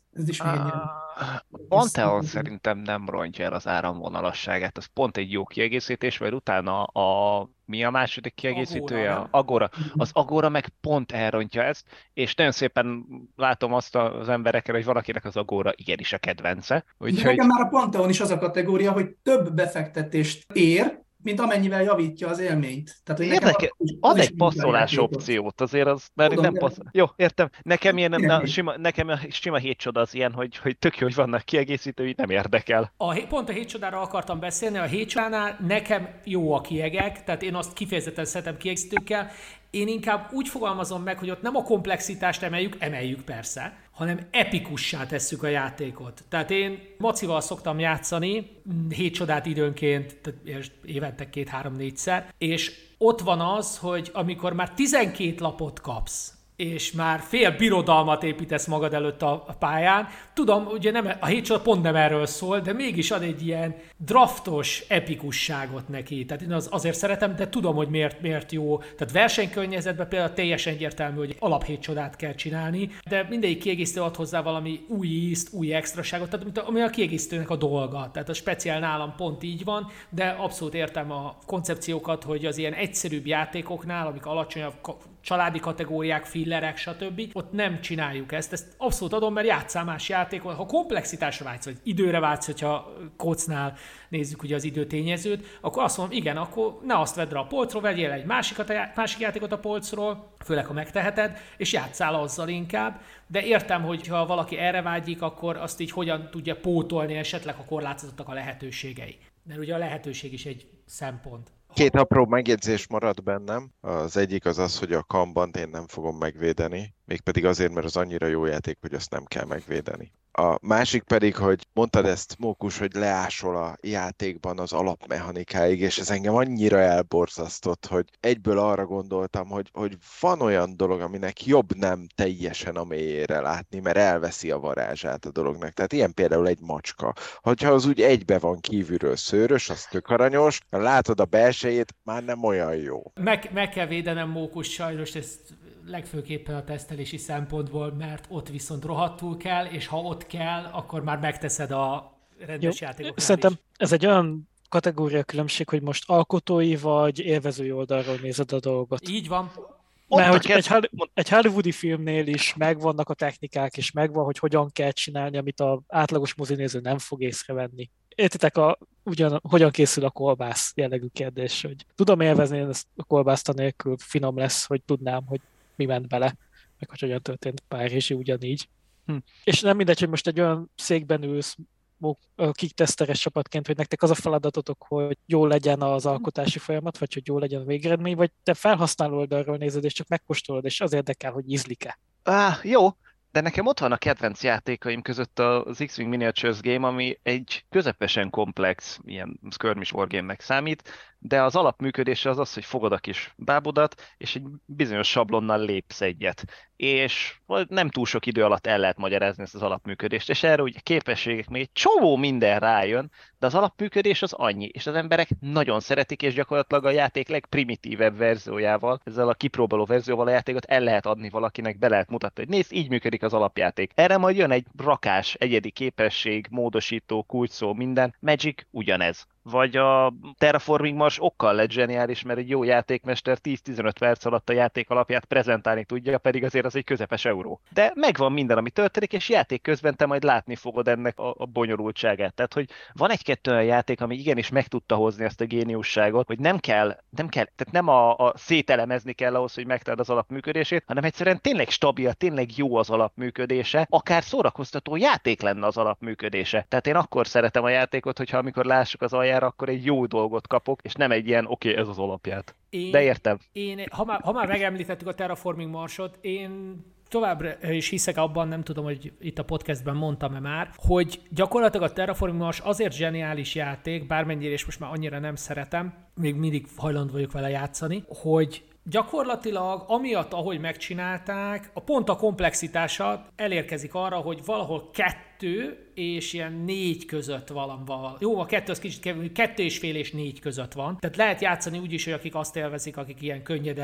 S4: Ez is még egy ilyen...
S5: Pantheon szerintem nem rontja el az áramvonalasságát, az pont egy jó kiegészítés, vagy utána a... Mi a második kiegészítője?
S1: Agora,
S5: Agora. Az Agora meg pont elrontja ezt, és nagyon szépen látom azt az emberekkel, hogy valakinek az Agora igenis a kedvence.
S4: Úgyhogy... Nekem már a Pantheon is az a kategória, hogy több befektetést ér, mint amennyivel javítja az élményt. Tehát, hogy
S5: Érdeke, az, az egy passzolás opciót, azért az, mert Tudom, nem passzol. Jó, értem. Nekem ilyen, na, sima, nekem a sima hét csoda az ilyen, hogy, hogy tök jó, hogy vannak kiegészítői, nem érdekel.
S1: A, pont a hét csodára akartam beszélni, a hét csodánál nekem jó a kiegek, tehát én azt kifejezetten szeretem kiegészítőkkel. Én inkább úgy fogalmazom meg, hogy ott nem a komplexitást emeljük, emeljük persze, hanem epikussá tesszük a játékot. Tehát én Macival szoktam játszani, hét csodát időnként, tehát évente két-három-négyszer, és ott van az, hogy amikor már tizenkét lapot kapsz, és már fél birodalmat építesz magad előtt a pályán. Tudom, ugye nem, a hét csoda pont nem erről szól, de mégis ad egy ilyen draftos epikusságot neki. Tehát én az, azért szeretem, de tudom, hogy miért, miért jó. Tehát versenykörnyezetben például teljesen egyértelmű, hogy alap hét csodát kell csinálni, de mindegyik kiegészítő ad hozzá valami új ízt, új extraságot, tehát mint a, ami a kiegészítőnek a dolga. Tehát a speciál nálam pont így van, de abszolút értem a koncepciókat, hogy az ilyen egyszerűbb játékoknál, amik alacsonyabb családi kategóriák, fillerek, stb. Ott nem csináljuk ezt. Ezt abszolút adom, mert játsszál más játékot. Ha komplexitásra vágysz, vagy időre vágysz, hogyha kocnál nézzük ugye az időtényezőt, akkor azt mondom, igen, akkor ne azt vedd rá a polcról, vegyél egy másikat, másik játékot a polcról, főleg ha megteheted, és játsszál azzal inkább. De értem, hogy ha valaki erre vágyik, akkor azt így hogyan tudja pótolni, esetleg ha korlátozottak a lehetőségei. Mert ugye a lehetőség is egy szempont.
S3: Két apró megjegyzés marad bennem. Az egyik az az, hogy a Kanbant én nem fogom megvédeni, mégpedig azért, mert az annyira jó játék, hogy azt nem kell megvédeni. A másik pedig, hogy mondtad ezt, Mókus, hogy leásol a játékban az alapmechanikáig, és ez engem annyira elborzasztott, hogy egyből arra gondoltam, hogy, hogy van olyan dolog, aminek jobb nem teljesen a mélyére látni, mert elveszi a varázsát a dolognak. Tehát ilyen például egy macska. Hogyha az úgy egybe van kívülről szőrös, az tök aranyos, ha látod a belsejét, már nem olyan jó.
S1: Meg, meg kell védenem, Mókus, sajnos ezt legfőképpen a tesztelési szempontból, mert ott viszont rohadtul kell, és ha ott kell, akkor már megteszed a rendes Jó. játékoknál
S2: Szerintem
S1: is.
S2: Ez egy olyan kategória különbség, hogy most alkotói vagy élvezői oldalról nézed a dolgot.
S1: Így van.
S2: Mert hogy egy, egy hollywoodi filmnél is megvannak a technikák, és megvan, hogy hogyan kell csinálni, amit az átlagos mozinéző nem fog észrevenni. Értitek, a, ugyan, hogyan készül a kolbász jellegű kérdés, hogy tudom élvezni ezt a kolbászt anélkül finom lesz, hogy tudnám, hogy mi ment bele, meg hogy hogyan történt Párizsi ugyanígy. Hm. És nem mindegy, hogy most egy olyan székben ülsz, kikteszteres csapatként, hogy nektek az a feladatotok, hogy jó legyen az alkotási folyamat, vagy hogy jó legyen a végeredmény, vagy te felhasználó oldalról nézed, és csak megkóstolod, és az érdekel, hogy ízlik-e.
S5: Ah, jó, de nekem ott van a kedvenc játékaim között az X-Wing Miniatures Game, ami egy közepesen komplex, ilyen skirmish wargame-nek számít, de az alapműködése az az, hogy fogod a kis bábodat, és egy bizonyos sablonnal lépsz egyet. És nem túl sok idő alatt el lehet magyarázni ezt az alapműködést, és erre ugye képességek még egy csomó minden rájön, de az alapműködés az annyi, és az emberek nagyon szeretik, és gyakorlatilag a játék legprimitívebb verziójával, ezzel a kipróbáló verzióval a játékot el lehet adni valakinek, be lehet mutatni, hogy nézd, így működik az alapjáték. Erre majd jön egy rakás, egyedi képesség, módosító, kulcsszó, minden. Magic ugyanez. Vagy a Terraforming Mars okkal lett zseniális, mert egy jó játékmester tíz-tizenöt perc alatt a játék alapját prezentálni tudja, pedig azért az egy közepes euró. De megvan minden, ami történik, és játék közben te majd látni fogod ennek a, a bonyolultságát. Tehát, hogy van egy-kettő olyan játék, ami igenis meg tudta hozni ezt a géniusságot, hogy nem kell, nem kell, tehát nem a, a szételemezni kell ahhoz, hogy megtaláld az alapműködését, hanem egyszerűen tényleg stabil, tényleg jó az alapműködése, akár szórakoztató játék lenne az alapműködése. Tehát én akkor szeretem a játékot, hogyha amikor lássuk az aljára, akkor egy jó dolgot kapok, és nem egy ilyen, oké, okay, ez az alapját. Én, De értem.
S1: Én, ha, már, ha már megemlítettük a Terraforming Marsot, én továbbra is hiszek abban, nem tudom, hogy itt a podcastben mondtam-e már, hogy gyakorlatilag a Terraforming Mars azért zseniális játék, bármennyire, és most már annyira nem szeretem, még mindig hajlandó vagyok vele játszani, hogy gyakorlatilag amiatt, ahogy megcsinálták, a pont a komplexitása elérkezik arra, hogy valahol kettő és ilyen négy között valamival. Jó, a kettő az kicsit kevés, kettő és fél és négy között van. Tehát lehet játszani úgy is, hogy akik azt élvezik, akik ilyen könnyedebb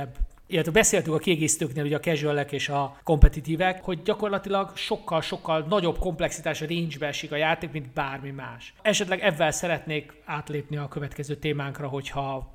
S1: illetve beszéltük a kiegészítőknél, ugye a casualek és a kompetitívek, hogy gyakorlatilag sokkal-sokkal nagyobb komplexitás a range-be esik a játék, mint bármi más. Esetleg ebben szeretnék átlépni a következő témánkra, hogyha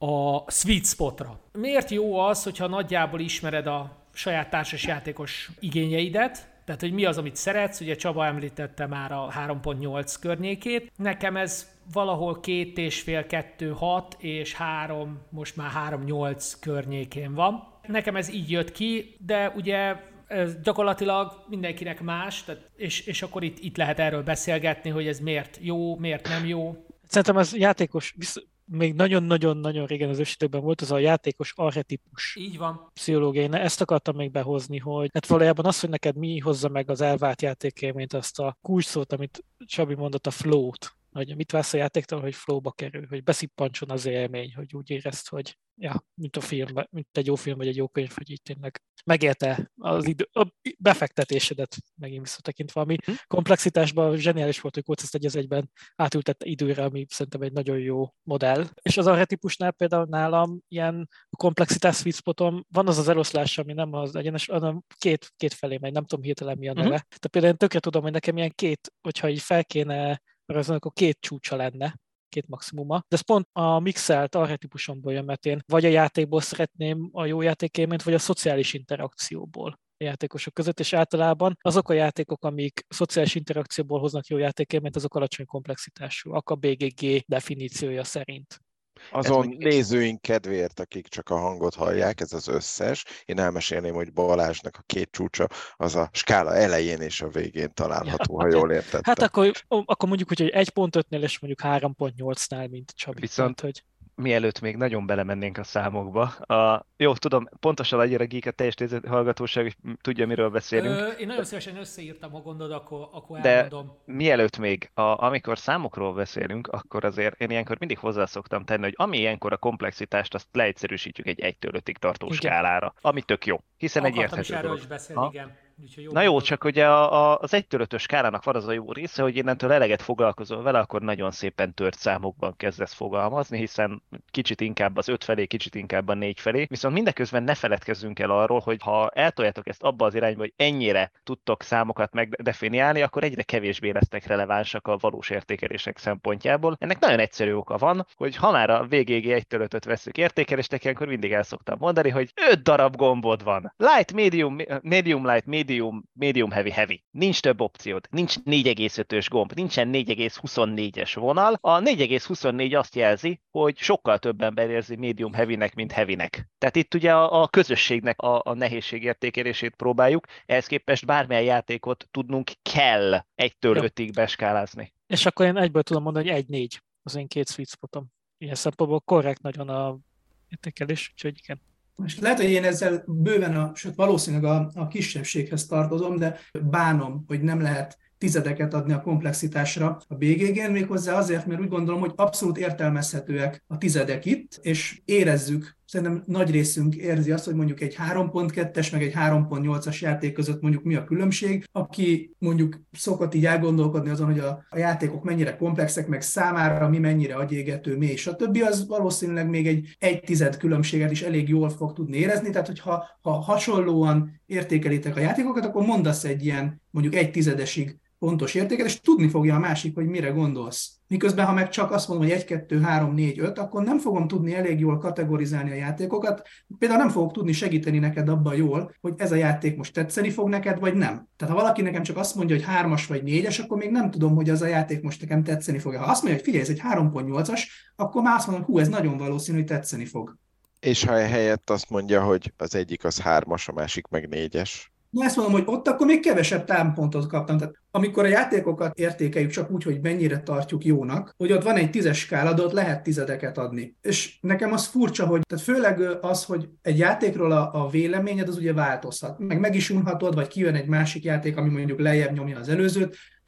S1: a sweet spotra. Miért jó az, hogyha nagyjából ismered a saját társasjátékos igényeidet, tehát, hogy mi az, amit szeretsz, ugye Csaba említette már a három pont nyolc környékét. Nekem ez valahol két és fél, kettő, hat és három, most már három nyolc környékén van. Nekem ez így jött ki, de ugye ez gyakorlatilag mindenkinek más, tehát, és, és akkor itt, itt lehet erről beszélgetni, hogy ez miért jó, miért nem jó.
S2: Szerintem ez játékos, visz- még nagyon-nagyon-nagyon régen az ősidőkben volt az a játékos archetípus
S1: Így van.
S2: pszichológia. Én ezt akartam még behozni, hogy hát valójában az, hogy neked mi hozza meg az elvárt játékélményt, azt a kulcsszót, amit Csabi mondott, a flow-t, hogy mit vársz a játéktól, hogy flowba kerül, hogy beszippancson az élmény, hogy úgy érezd, hogy ja, mint a filmben, mint egy jó film vagy egy jó könyv, hogy így tényleg megélte az idő, a befektetésedet megint visszatekintve, ami hm? komplexitásban zseniális volt, hogy Kóc ezt egy az egyben átültette időre, ami szerintem egy nagyon jó modell. És az archetípusnál például nálam ilyen komplexitás sweet spotom van az az eloszlás, ami nem az egyenes, hanem két, két felé megy, nem tudom hirtelen mi a neve. Uh-huh. Tehát például én tökre tudom, hogy nekem ilyen két, hogyha így fel kéne rajzolni, akkor két csúcsa lenne, két maximuma. De ez pont a mixelt archetípusomból jön, mert én vagy a játékból szeretném a jó játékélményt, vagy a szociális interakcióból a játékosok között, és általában azok a játékok, amik szociális interakcióból hoznak jó játékélményt, azok alacsony komplexitásúak a bé gé gé definíciója szerint.
S3: Azon nézőink kedvéért, akik csak a hangot hallják, ez az összes. Én elmesélném, hogy Balázsnak a két csúcsa az a skála elején és a végén található, ja, ha jól értettem.
S2: Hát akkor, akkor mondjuk úgy, hogy egy pont ötnél és mondjuk három pont nyolcnál, mint Csabi.
S5: Viszont
S2: hogy...
S5: mielőtt még nagyon belemennénk a számokba, a, jó, tudom, pontosan annyira geek a teljes hallgatóság, hogy tudja, miről beszélünk.
S1: Ö, én nagyon szívesen összeírtam, ha gondolod, akkor, akkor
S5: de
S1: elmondom.
S5: Mielőtt még, a, amikor számokról beszélünk, akkor azért én ilyenkor mindig hozzá szoktam tenni, hogy ami ilyenkor a komplexitást, azt leegyszerűsítjük egy egytől ötig tartó igen. skálára, ami tök jó, hiszen
S1: Akartam
S5: egy érthető
S1: is erről
S5: dolog.
S1: is beszélni, igen. Úgyhogy jó
S5: Na jó, csak ugye a, a, az egytől ötös skálának van az a jó része, hogy innentől eleget foglalkozol vele, akkor nagyon szépen tört számokban kezdesz fogalmazni, hiszen kicsit inkább az öt felé, kicsit inkább a négy felé. Viszont mindeközben ne feledkezzünk el arról, hogy ha eltoljátok ezt abba az irányba, hogy ennyire tudtok számokat megdefiniálni, akkor egyre kevésbé lesznek relevánsak a valós értékelések szempontjából. Ennek nagyon egyszerű oka van, hogy ha már a vé gé gé egytől ötöt veszük értékelésnek, akkor mindig el szoktam mondani, hogy öt darab gombod van. Light, medium, medium light, medium Medium, medium heavy, heavy. Nincs több opciód, nincs négy egész ötös gomb, nincsen négy egész huszonnégyes vonal. A négy egész huszonnégy azt jelzi, hogy sokkal több ember érzi medium heavynek, mint heavynek. Tehát itt ugye a, a közösségnek a, a nehézség értékelését próbáljuk, ehhez képest bármilyen játékot tudnunk kell egytől ötig beskálázni.
S2: És akkor én egyből tudom mondani, hogy egy négy az én két sweet spotom. Ilyen szempontból korrekt nagyon a értékelés, úgyhogy igen.
S4: És lehet, hogy én ezzel bőven, a, sőt valószínűleg a, a kisebbséghez tartozom, de bánom, hogy nem lehet tizedeket adni a komplexitásra a bé gé gén, méghozzá azért, mert úgy gondolom, hogy abszolút értelmezhetőek a tizedek itt, és érezzük, szerintem nagy részünk érzi azt, hogy mondjuk egy három pont kettes, meg egy három pont nyolcas játék között mondjuk mi a különbség, aki mondjuk szokott így elgondolkodni azon, hogy a, a játékok mennyire komplexek, meg számára mi mennyire agyégető, mély, stb. Az valószínűleg még egy egy tized különbséget is elég jól fog tudni érezni, tehát hogyha ha hasonlóan értékelitek a játékokat, akkor mondasz egy ilyen mondjuk egy tizedesig pontos értéket, és tudni fogja a másik, hogy mire gondolsz. Miközben, ha meg csak azt mondom, hogy egy, kettő, három, négy, öt, akkor nem fogom tudni elég jól kategorizálni a játékokat. Például nem fogok tudni segíteni neked abban jól, hogy ez a játék most tetszeni fog neked, vagy nem. Tehát ha valaki nekem csak azt mondja, hogy hármas vagy négyes, akkor még nem tudom, hogy az a játék most nekem tetszeni fog. Ha azt mondja, hogy figyelj, ez egy három pont nyolcas, akkor már azt mondom, hú, ez nagyon valószínű, hogy tetszeni fog.
S3: És ha helyett azt mondja, hogy az egyik az hármas, a másik meg négyes.
S4: Na ezt mondom, hogy ott akkor még kevesebb támpontot kaptam. Tehát amikor a játékokat értékeljük csak úgy, hogy mennyire tartjuk jónak, hogy ott van egy tízes skála, de ott lehet tizedeket adni. És nekem az furcsa, hogy tehát főleg az, hogy egy játékról a, a véleményed az ugye változhat. Meg meg is unhatod, vagy kijön egy másik játék, ami mondjuk lejjebb nyomja az előzőt.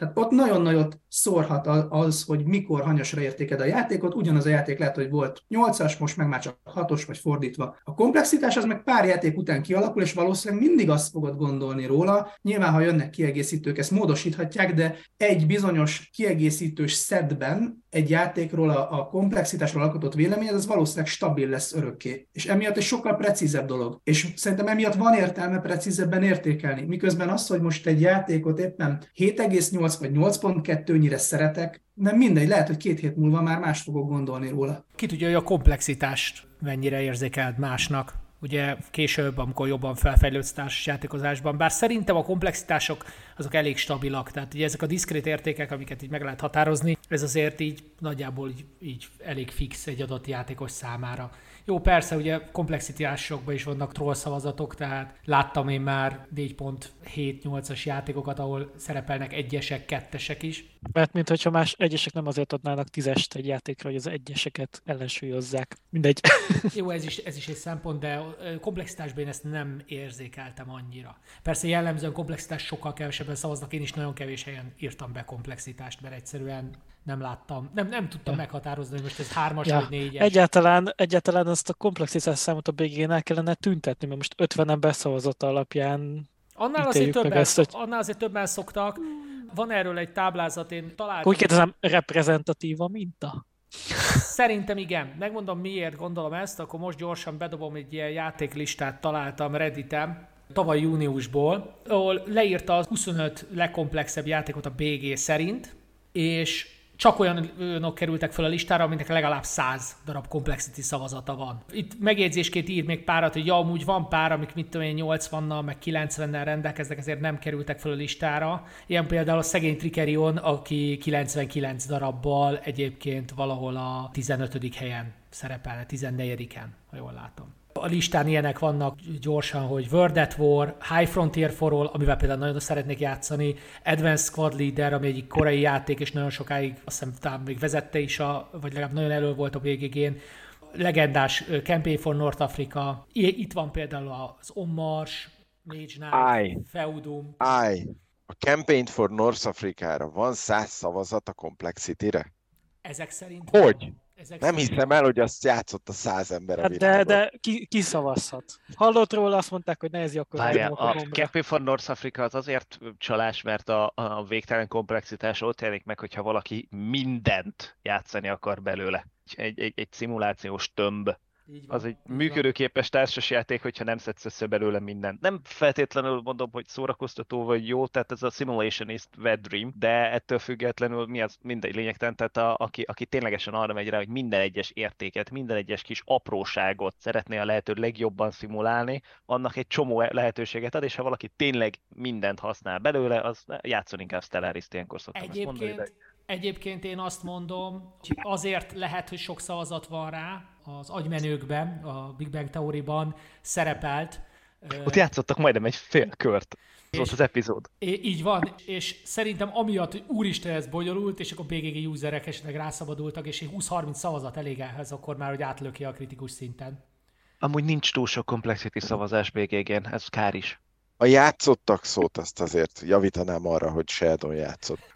S4: Tehát ott nagyon nagyot szórhat az, hogy mikor hanyasra értéked a játékot, ugyanaz a játék lehet, hogy volt nyolcas, most meg már csak hatos, vagy fordítva. A komplexitás az meg pár játék után kialakul, és valószínűleg mindig azt fogod gondolni róla. Nyilván, ha jönnek kiegészítők, ezt módosíthatják, de egy bizonyos kiegészítős szedben egy játékról a, a komplexitásról alkotott véleményed, az valószínűleg stabil lesz örökké. És emiatt egy sokkal precízebb dolog. És szerintem emiatt van értelme precízebben értékelni. Miközben az, hogy most egy játékot éppen hét egész nyolc vagy nyolc pont kettőnyire szeretek, nem mindegy, lehet, hogy két hét múlva már más fogok gondolni róla.
S1: Ki tudja, hogy a komplexitást mennyire érzékeld másnak. Ugye később, amikor jobban felfejlődsz társasjátékozásban, bár szerintem a komplexitások azok elég stabilak, tehát ugye ezek a diszkrét értékek, amiket így meg lehet határozni, ez azért így nagyjából így, így elég fix egy adott játékos számára. Jó, persze, ugye komplexitásokban is vannak troll szavazatok, tehát láttam én már négy pont hét nyolcas játékokat, ahol szerepelnek egyesek, kettesek is.
S2: Mert mintha más egyesek nem azért adnának tízest egy játékra, hogy az egyeseket ellensúlyozzák. Mindegy.
S1: Jó, ez is, ez is egy szempont, de komplexitásban én ezt nem érzékeltem annyira. Persze jellemzően komplexitás sokkal kevesebben szavaznak, én is nagyon kevés helyen írtam be komplexitást, mert egyszerűen nem láttam, nem, nem tudtam ja. meghatározni, hogy most ez hármas ja. vagy négyes.
S2: Egyáltalán, egyáltalán ezt a komplexitás számot a bé gé-n el kellene tüntetni, mert most ötven ember szavazata alapján
S1: annál azért, többen, ezt, hogy... annál azért többen szoktak. Van erről egy táblázat, én találtam.
S2: Úgy kérdezem, reprezentatív a minta?
S1: Szerintem igen. Megmondom, miért gondolom ezt, akkor most gyorsan bedobom egy ilyen játéklistát, találtam Redditen, tavaly júniusból, ahol leírta az huszonöt legkomplexebb játékot a bé gé szerint, és csak olyanok kerültek fel a listára, aminek legalább száz darab complexity szavazata van. Itt megjegyzésként ír még párat, hogy ja, amúgy van pár, amik mit tudom én nyolcvannal, meg kilencvennel rendelkeznek, ezért nem kerültek fel a listára. Ilyen például a szegény Trikerion, aki kilencvenkilenc darabbal egyébként valahol a tizenötödik helyen szerepelne, tizennegyediken, ha jól látom. A listán ilyenek vannak gyorsan, hogy World at War, High Frontier for All, amivel például nagyon szeretnék játszani, Advanced Squad Leader, ami egyik korai játék, és nagyon sokáig azt hiszem talán még vezette is, a, vagy legalább nagyon elő volt a bé gé gén. Legendás Campaign for North Africa. Itt van például az On March, Mage Knight, Áj. Feudum.
S3: Áj, a Campaign for North Africa-ra van száz szavazat a Complexity-re?
S1: Ezek szerint
S3: Hogy?
S1: Van. Ezek
S3: nem
S1: szerint...
S3: hiszem el, hogy azt játszott a száz ember a
S2: hát
S3: világon.
S2: De, de ki, ki szavazhat? Hallott róla, azt mondták, hogy nehezi akkor
S5: Várjál, a, a Campaign for North Africa az azért csalás, mert a, a végtelen komplexitás ott jelenik meg, hogyha valaki mindent játszani akar belőle. Egy, egy, egy szimulációs tömb. Van, az egy működőképes társasjáték, hogyha nem szedsz össze belőle mindent. Nem feltétlenül mondom, hogy szórakoztató vagy jó, tehát ez a simulation is wet dream, de ettől függetlenül mi az mindegy lényegtelen, tehát a, aki, aki ténylegesen arra megy rá, hogy minden egyes értéket, minden egyes kis apróságot szeretné a lehető legjobban szimulálni, annak egy csomó lehetőséget ad, és ha valaki tényleg mindent használ belőle, az játszon inkább Stellaris-t, ilyenkor szoktam ezt mondani. De...
S1: Egyébként én azt mondom, hogy azért lehet, hogy sok szavazat van rá, az agymenőkben, a Big Bang Theory-ban szerepelt.
S5: Ott játszottak majdnem egy fél kört. Ez volt az epizód.
S1: Így van, és szerintem amiatt, hogy úristen ez bonyolult, és akkor bé gé gé userek esetleg rászabadultak, és húsz-harminc szavazat elég ehhez, akkor már, hogy átlöki a kritikus szinten.
S5: Amúgy nincs túl sok complexity szavazás bé gé gén, ez kár is.
S3: A játszottak szót azt azért javítanám arra, hogy Sheldon játszott.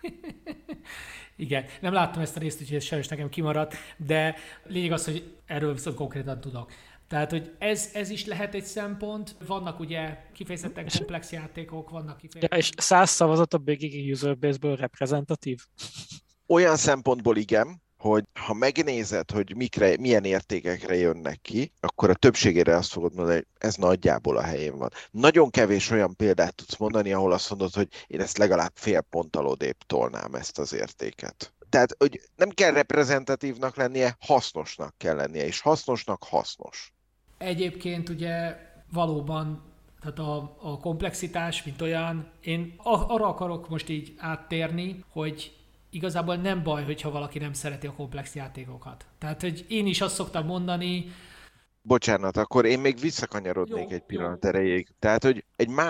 S1: Igen, nem láttam ezt a részt, úgyhogy ez sajnos nekem kimaradt, de lényeg az, hogy erről viszont konkrétan tudok. Tehát, hogy ez, ez is lehet egy szempont. Vannak ugye kifejezetten komplex játékok, vannak kifejezetten...
S2: Ja, és száz szavazat a bé gé gé userbase-ből reprezentatív?
S3: Olyan szempontból igen, hogy ha megnézed, hogy mikre, milyen értékekre jönnek ki, akkor a többségére azt fogod mondani, hogy ez nagyjából a helyén van. Nagyon kevés olyan példát tudsz mondani, ahol azt mondod, hogy én ezt legalább fél ponttal odébb tolnám ezt az értéket. Tehát, hogy nem kell reprezentatívnak lennie, hasznosnak kell lennie, és hasznosnak hasznos.
S1: Egyébként ugye valóban tehát a, a komplexitás, mint olyan, én arra akarok most így áttérni, hogy igazából nem baj, hogyha valaki nem szereti a komplex játékokat. Tehát, hogy én is azt szoktam mondani...
S3: Bocsánat, akkor én még visszakanyarodnék jó, egy pillanat jó. erejéig. Tehát, hogy egy másik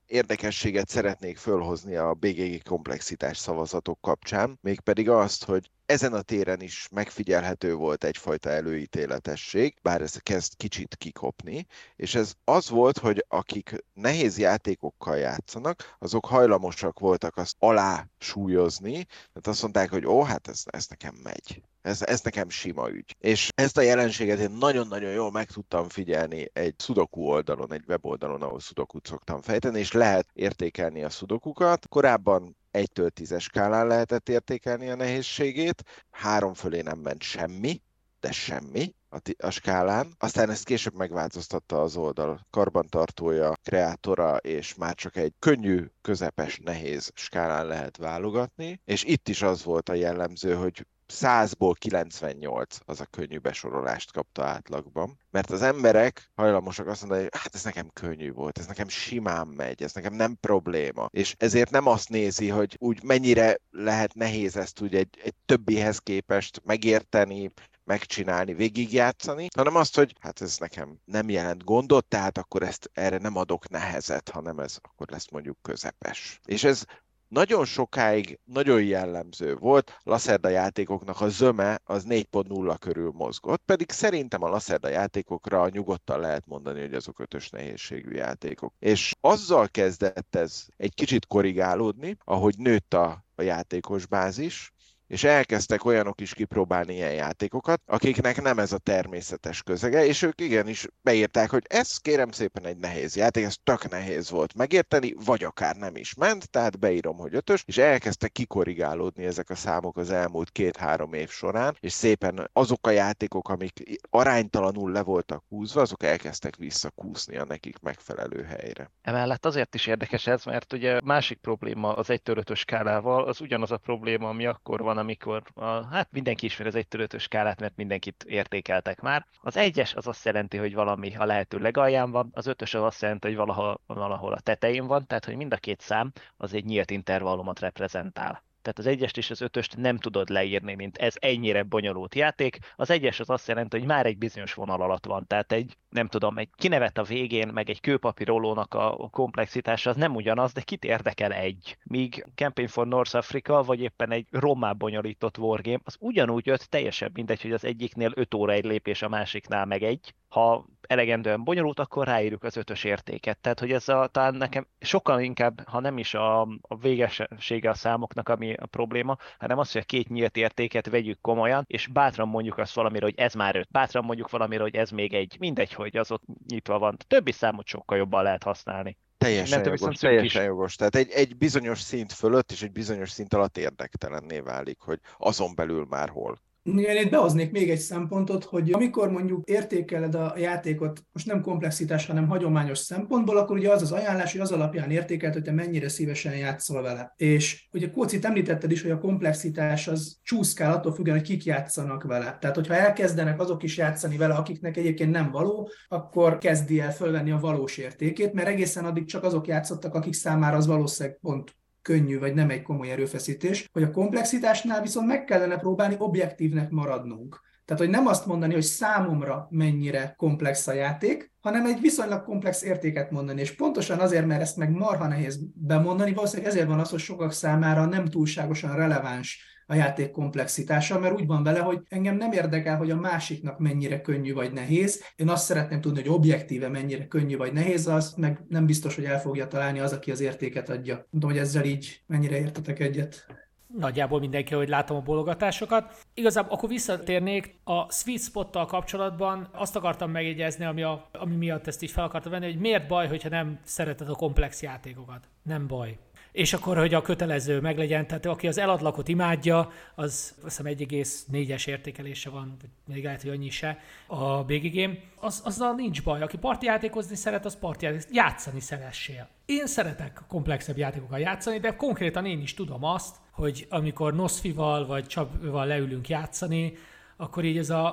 S3: érdekességet szeretnék fölhozni a bé gé gé komplexitás szavazatok kapcsán, mégpedig azt, hogy ezen a téren is megfigyelhető volt egyfajta előítéletesség, bár ez kezd kicsit kikopni, és ez az volt, hogy akik nehéz játékokkal játszanak, azok hajlamosak voltak azt alá súlyozni, tehát azt mondták, hogy ó, hát ez, ez nekem megy. Ez, ez nekem sima ügy. És ezt a jelenséget én nagyon-nagyon jól meg tudtam figyelni egy Sudoku oldalon, egy weboldalon, ahol Sudokut szoktam fejteni, és lehet értékelni a Sudokukat. Korábban egytől tízes skálán lehetett értékelni a nehézségét, három fölé nem ment semmi, de semmi a, t- a skálán. Aztán ezt később megváltoztatta az oldal karbantartója, kreátora, és már csak egy könnyű, közepes, nehéz skálán lehet válogatni. És itt is az volt a jellemző, hogy százból kilencvennyolc az a könnyű besorolást kapta átlagban. Mert az emberek hajlamosak azt mondani, hogy hát ez nekem könnyű volt, ez nekem simán megy, ez nekem nem probléma. És ezért nem azt nézi, hogy úgy mennyire lehet nehéz ezt úgy egy, egy többihez képest megérteni, megcsinálni, végigjátszani, hanem azt, hogy hát ez nekem nem jelent gondot, tehát akkor ezt erre nem adok nehezet, hanem ez akkor lesz mondjuk közepes. És ez nagyon sokáig nagyon jellemző volt, Lacerda játékoknak a zöme az négy pont nulla körül mozgott, pedig szerintem a Lacerda játékokra nyugodtan lehet mondani, hogy azok ötös nehézségű játékok. És azzal kezdett ez egy kicsit korrigálódni, ahogy nőtt a, a játékos bázis, és elkezdtek olyanok is kipróbálni ilyen játékokat, akiknek nem ez a természetes közege, és ők igenis beírták, hogy ez kérem szépen egy nehéz játék, ez tök nehéz volt megérteni, vagy akár nem is ment, tehát beírom, hogy ötös, és elkezdtek kikorrigálódni ezek a számok az elmúlt két-három év során, és szépen azok a játékok, amik aránytalanul le voltak húzva, azok elkezdtek visszakúszni a nekik megfelelő helyre.
S5: Emellett azért is érdekes ez, mert ugye másik probléma az egytől ötös skálával, az ugyanaz a probléma, ami akkor van, amikor a, hát mindenki ismeri az egytől ötös skálát, mert mindenkit értékeltek már. Az egyes az azt jelenti, hogy valami a lehető legalján van, az ötös az azt jelenti, hogy valahol, valahol a tetején van, tehát hogy mind a két szám az egy nyílt intervallumot reprezentál. Tehát az egyest és az ötöst nem tudod leírni, mint ez ennyire bonyolult játék. Az egyes az azt jelenti, hogy már egy bizonyos vonal alatt van. Tehát egy, nem tudom, egy kinevet a végén, meg egy kőpapírolónak a komplexitása az nem ugyanaz, de kit érdekel egy. Míg Campaign for North Africa, vagy éppen egy rommá bonyolított wargame, az ugyanúgy öt, teljesen mindegy, hogy az egyiknél öt óra egy lépés, a másiknál meg egy. Ha elegendően bonyolult, akkor ráírjuk az ötös értéket. Tehát, hogy ez a, talán nekem sokkal inkább, ha nem is a, a végessége a számoknak, ami a probléma, hanem az, hogy a két nyílt értéket vegyük komolyan, és bátran mondjuk azt valamire, hogy ez már öt. Bátran mondjuk valamire, hogy ez még egy. Mindegy, hogy az ott nyitva van. Többi számot sokkal jobban lehet használni.
S3: Teljesen jogos, teljesen jogos. Tehát egy, egy bizonyos szint fölött és egy bizonyos szint alatt érdektelenné válik, hogy azon belül már hol.
S4: Én itt behoznék még egy szempontot, hogy amikor mondjuk értékeled a játékot, most nem komplexitás, hanem hagyományos szempontból, akkor ugye az az ajánlás, hogy az alapján értékelt, hogy te mennyire szívesen játszol vele. És ugye Kócit említetted is, hogy a komplexitás az csúszkál attól függően, hogy kik játszanak vele. Tehát, hogyha elkezdenek azok is játszani vele, akiknek egyébként nem való, akkor kezdi el fölvenni a valós értékét, mert egészen addig csak azok játszottak, akik számára az valószínűleg pont könnyű, vagy nem egy komoly erőfeszítés, hogy a komplexitásnál viszont meg kellene próbálni objektívnek maradnunk. Tehát, hogy nem azt mondani, hogy számomra mennyire komplex a játék, hanem egy viszonylag komplex értéket mondani. És pontosan azért, mert ezt meg marha nehéz bemondani, valószínűleg ezért van az, hogy sokak számára nem túlságosan releváns a játék komplexitása, mert úgy van vele, hogy engem nem érdekel, hogy a másiknak mennyire könnyű vagy nehéz. Én azt szeretném tudni, hogy objektíve mennyire könnyű vagy nehéz, azt meg nem biztos, hogy el fogja találni az, aki az értéket adja. Nem tudom, hogy ezzel így mennyire értetek egyet.
S1: Nagyjából mindenki, hogy látom a bólogatásokat. Igazából akkor visszatérnék a sweet spottal kapcsolatban. Azt akartam megjegyezni, ami, a, ami miatt ezt így fel akartam venni, hogy miért baj, hogyha nem szereted a komplex játékokat. Nem baj. És akkor, hogy a kötelező meglegyen, tehát aki az eladlakot imádja, az azt hiszem egy egész négyes értékelése van, vagy még lehet, hogy annyi se a bé gé Game, az, azzal nincs baj. Aki partijátékozni szeret, az partijátékozni, játszani szeressél. Én szeretek komplexebb játékokkal játszani, de konkrétan én is tudom azt, hogy amikor Nosfival vagy Csabval leülünk játszani, akkor így ez a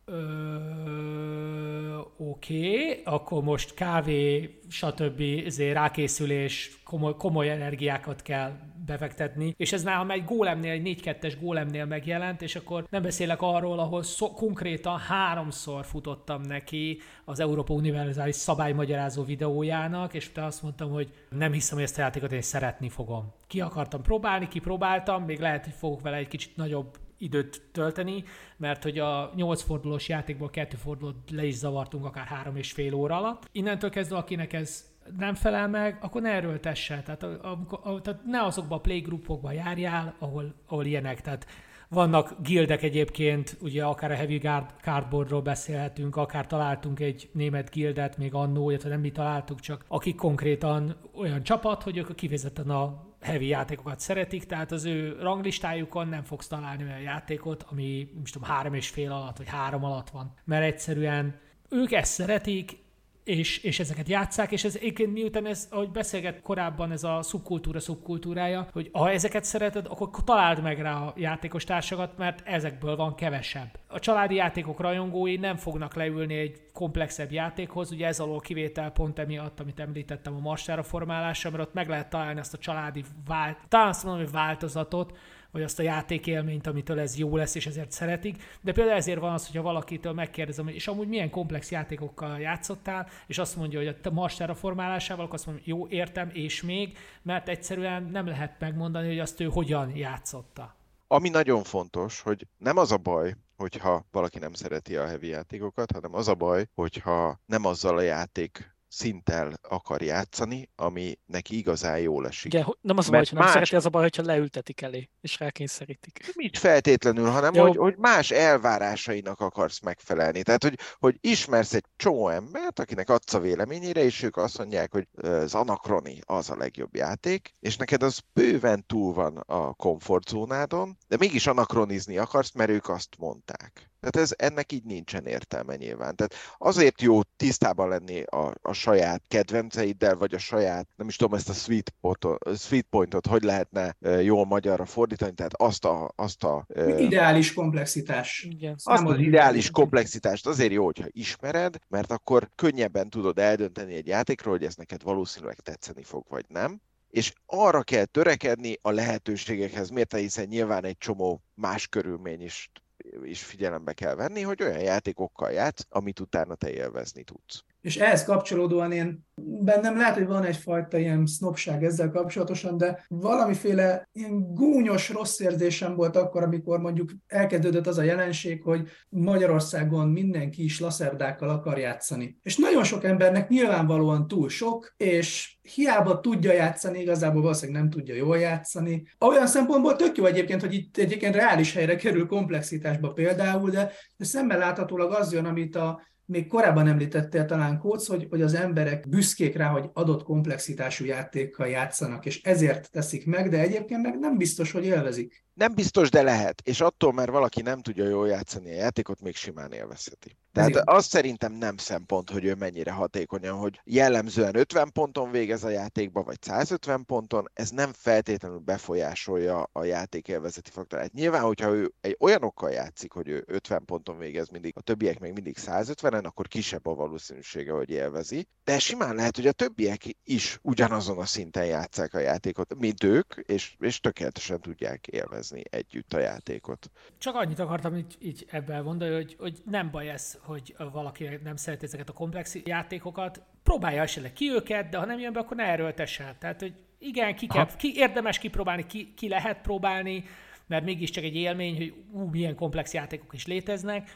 S1: Oké, okay. Akkor most kávé, stb. Ezért rákészülés, komoly, komoly energiákat kell befektetni, és ez nálam egy gólemnél, egy négy kettes gólemnél megjelent, és akkor nem beszélek arról, ahol szó, konkrétan háromszor futottam neki az Európa Univerzális szabálymagyarázó videójának, és utána azt mondtam, hogy nem hiszem, hogy ezt a játékot én szeretni fogom. Ki akartam próbálni, kipróbáltam, még lehet, hogy fogok vele egy kicsit nagyobb időt tölteni, mert hogy a nyolc fordulós játékból kettő fordulót le is zavartunk akár három és fél óra alatt. Innentől kezdve, akinek ez nem felel meg, akkor ne erőltesse. Tehát, a, a, a, tehát ne azokba a playgroupokba járjál, ahol, ahol ilyenek. Tehát vannak guildek egyébként, ugye akár a Heavy Cardboardról beszélhetünk, akár találtunk egy német guildet még annó, illetve nem mi találtuk, csak akik konkrétan olyan csapat, hogy ők kifejezetten a heavy játékokat szeretik, tehát az ő ranglistájukon nem fogsz találni olyan játékot, ami most tudom, három és fél alatt, vagy három alatt van. Mert egyszerűen ők ezt szeretik, és, és ezeket játsszák, és ez egyébként miután ez, ahogy beszélget korábban, ez a szubkultúra szubkultúrája, hogy ha ezeket szereted, akkor találd meg rá a játékos társakat, mert ezekből van kevesebb. A családi játékok rajongói nem fognak leülni egy komplexebb játékhoz, ugye ez alól kivétel pont emiatt, amit említettem a Mars formálása, mert ott meg lehet találni azt a családi vált, talán azt mondom, hogy változatot, vagy azt a játékélményt, amitől ez jó lesz, és ezért szeretik. De például ezért van az, hogyha valakitől megkérdezem, hogy és amúgy milyen komplex játékokkal játszottál, és azt mondja, hogy a Mars terraformálásával, akkor azt mondom, jó, értem, és még, mert egyszerűen nem lehet megmondani, hogy azt ő hogyan játszotta.
S3: Ami nagyon fontos, hogy nem az a baj, hogyha valaki nem szereti a heavy játékokat, hanem az a baj, hogyha nem azzal a játék szinttel akar játszani, ami neki igazán jól esik.
S2: Igen, nem az a baj, hogy nem
S3: más...
S2: szereti, az a baj, hogyha leültetik elé, és rákényszerítik.
S3: Nincs feltétlenül, hanem hogy, hogy más elvárásainak akarsz megfelelni. Tehát, hogy, hogy ismersz egy csomó embert, akinek adsz a véleményére, és ők azt mondják, hogy az Anachrony az a legjobb játék, és neked az bőven túl van a komfortzónádon, de mégis anakronizni akarsz, mert ők azt mondták. Tehát ez, ennek így nincsen értelme nyilván. Tehát azért jó tisztában lenni a, a saját kedvenceiddel, vagy a saját, nem is tudom, ezt a sweet, potot, sweet pointot, hogy lehetne jól magyarra fordítani, tehát azt a... Azt a
S4: ideális komplexitás.
S2: Igen.
S3: Azt az ideális komplexitást azért jó, hogyha ismered, mert akkor könnyebben tudod eldönteni egy játékról, hogy ez neked valószínűleg tetszeni fog, vagy nem. És arra kell törekedni a lehetőségekhez, miért hiszen nyilván egy csomó más körülmény is is figyelembe kell venni, hogy olyan játékokkal játsz, amit utána te élvezni tudsz.
S4: És ehhez kapcsolódóan én bennem lehet, hogy van egyfajta ilyen sznobság ezzel kapcsolatosan, de valamiféle ilyen gúnyos rossz érzésem volt akkor, amikor mondjuk elkezdődött az a jelenség, hogy Magyarországon mindenki is laszerdákkal akar játszani. És nagyon sok embernek nyilvánvalóan túl sok, és hiába tudja játszani, igazából valószínűleg nem tudja jól játszani. Olyan szempontból tök jó egyébként, hogy itt egyébként reális helyre kerül komplexitásba például, de, de szemmel láthatólag az jön, amit a még korábban említettél talán, Kóc, hogy, hogy az emberek büszkék rá, hogy adott komplexitású játékkal játszanak, és ezért teszik meg, de egyébként meg nem biztos, hogy élvezik.
S3: Nem biztos, de lehet. És attól, mert valaki nem tudja jól játszani a játékot, még simán élvezheti. Tehát az szerintem nem szempont, hogy ő mennyire hatékonyan, hogy jellemzően ötven ponton végez a játékba, vagy százötven ponton, ez nem feltétlenül befolyásolja a játék élvezeti faktorát. Nyilván, hogyha ő egy olyanokkal játszik, hogy ő ötven ponton végez mindig, a többiek meg mindig százötvenen, akkor kisebb a valószínűsége, hogy élvezi. De simán lehet, hogy a többiek is ugyanazon a szinten játsszák a játékot, mint ők, és, és tökéletesen tudják élvezni együtt a játékot.
S1: Csak annyit akartam így, így ebben mondani, hogy, hogy nem baj ez, hogy valaki nem szereti ezeket a komplex játékokat, próbálja esetleg ki őket, de ha nem jön be, akkor ne erőltesse. Tehát, hogy igen, ki, kell, ki érdemes kipróbálni, ki, ki lehet próbálni, mert mégiscsak egy élmény, hogy ú, milyen komplex játékok is léteznek,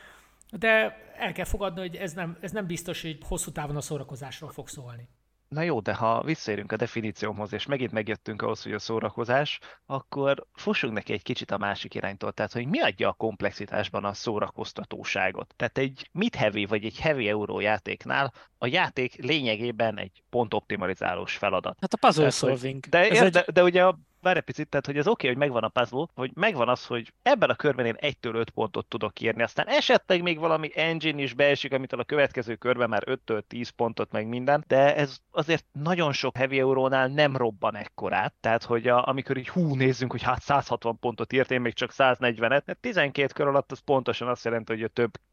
S1: de el kell fogadni, hogy ez nem, ez nem biztos, hogy hosszú távon a szórakozásról fog szólni.
S5: Na jó, de ha visszaérünk a definíciómhoz, és megint megjöttünk ahhoz, hogy a szórakozás, akkor fussunk neki egy kicsit a másik iránytól. Tehát, hogy mi adja a komplexitásban a szórakoztatóságot? Tehát egy mid-heavy vagy egy heavy euró játéknál a játék lényegében egy pontoptimalizálós feladat.
S2: Hát a puzzle
S5: tehát,
S2: solving.
S5: De,
S2: Ez
S5: de,
S2: egy...
S5: de, de ugye a Várj egy picit, tehát hogy ez oké, okay, hogy megvan a puzzle, hogy megvan az, hogy ebben a körben én egytől öt pontot tudok írni, aztán esetleg még valami engine is beesik, amitől a következő körben már öttől tíz pontot meg minden, de ez azért nagyon sok heavy eurónál nem robban ekkorát, tehát hogy a, amikor így hú, nézzünk, hogy hát száz hatvan pontot írt, én még csak száz negyvenet, mert tizenkét kör alatt az pontosan azt jelenti, hogy a több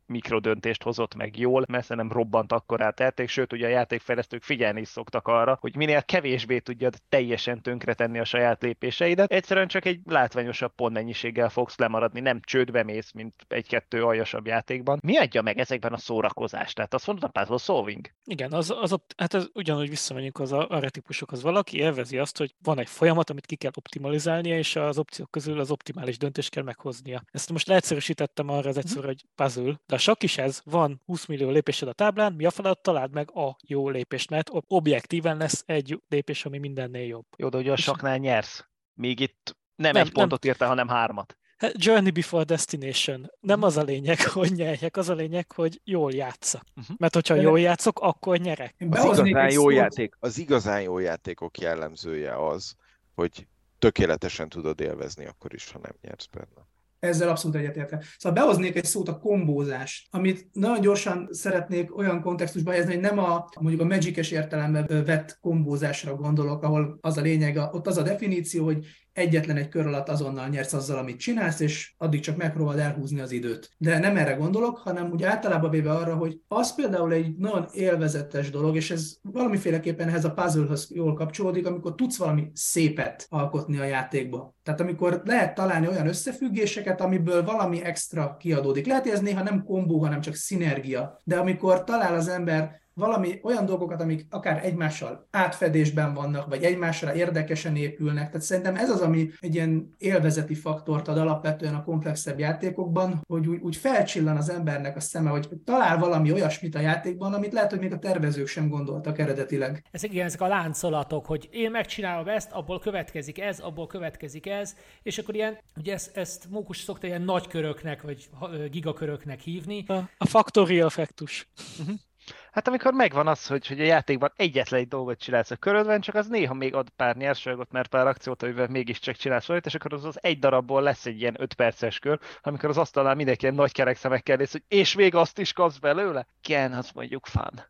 S5: mikrodöntést hozott meg jól, messze nem robbant akkor át játék, sőt ugye a játékfejlesztők figyelni is szoktak arra, hogy minél kevésbé tudjad teljesen tönkretenni a saját lépéseidet, egyszerűen csak egy látványosabb pontmennyiséggel fogsz lemaradni, nem csődbe mész, mint egy-kettő aljasabb játékban. Mi adja meg ezekben a szórakozást? Tehát azt mondod, a puzzle solving?
S2: Igen, az, az, hát ez ugyanúgy visszamegyünk az arra típusokhoz. Valaki élvezi azt, hogy van egy folyamat, amit ki kell optimalizálnia, és az opciók közül az optimális döntést kell meghoznia. Ezt most leegyszerűsítettem arra az egyszerű, hogy puzzle, de a sakk is ez, van húsz millió lépésed a táblán, mi a feladat, találd meg a jó lépést, mert objektíven lesz egy lépés, ami mindennél jobb.
S5: Jó, de ugye a sakknál nyersz. Még itt nem,
S2: Nem,
S5: egy pontot írtál, hanem hármat.
S2: Journey before destination. Nem az a lényeg, hogy nyerjek, az a lényeg, hogy jól játsszak. Uh-huh. Mert hogyha
S4: De
S2: jól játszok, akkor nyerek.
S3: Az igazán, jó játék, az igazán jó játékok jellemzője az, hogy tökéletesen tudod élvezni akkor is, ha nem nyersz benne.
S4: Ezzel abszolút egyetértek. Szóval behoznék egy szót, a kombózást, amit nagyon gyorsan szeretnék olyan kontextusba helyezni, hogy nem a mondjuk a Magic-es értelemben vett kombózásra gondolok, ahol az a lényeg, ott az a definíció, hogy egyetlen egy kör alatt azonnal nyersz azzal, amit csinálsz, és addig csak megpróbáld elhúzni az időt. De nem erre gondolok, hanem úgy általában véve arra, hogy az például egy nagyon élvezetes dolog, és ez valamiféleképpen ehhez a puzzle-höz jól kapcsolódik, amikor tudsz valami szépet alkotni a játékba. Tehát amikor lehet találni olyan összefüggéseket, amiből valami extra kiadódik. Lehet, hogy ez néha nem kombó, hanem csak szinergia. De amikor talál az ember valami olyan dolgokat, amik akár egymással átfedésben vannak, vagy egymásra érdekesen épülnek. Tehát szerintem ez az, ami egy ilyen élvezeti faktort ad alapvetően a komplexebb játékokban, hogy úgy, úgy felcsillan az embernek a szeme, hogy talál valami olyasmit a játékban, amit lehet, hogy még a tervezők sem gondoltak eredetileg.
S1: Ezek, igen, ezek a láncolatok, hogy én megcsinálom ezt, abból következik ez, abból következik ez, és akkor ilyen, ugye ezt, ezt Mókus szokta ilyen nagyköröknek, vagy gigaköröknek hívni.
S2: A, a factorial effektus.
S5: Uh-huh. Hát amikor megvan az, hogy, hogy a játékban egyetlen egy dolgot csinálsz a körödben, csak az néha még ad pár nyersanyagot, mert pár akciót, amivel mégiscsak csinálsz valamit, és akkor az, az egy darabból lesz egy ilyen öt perces kör, amikor az asztalnál mindenki ilyen nagy kerek szemekkel néz, hogy és még azt is kapsz belőle? Igen, az mondjuk fun.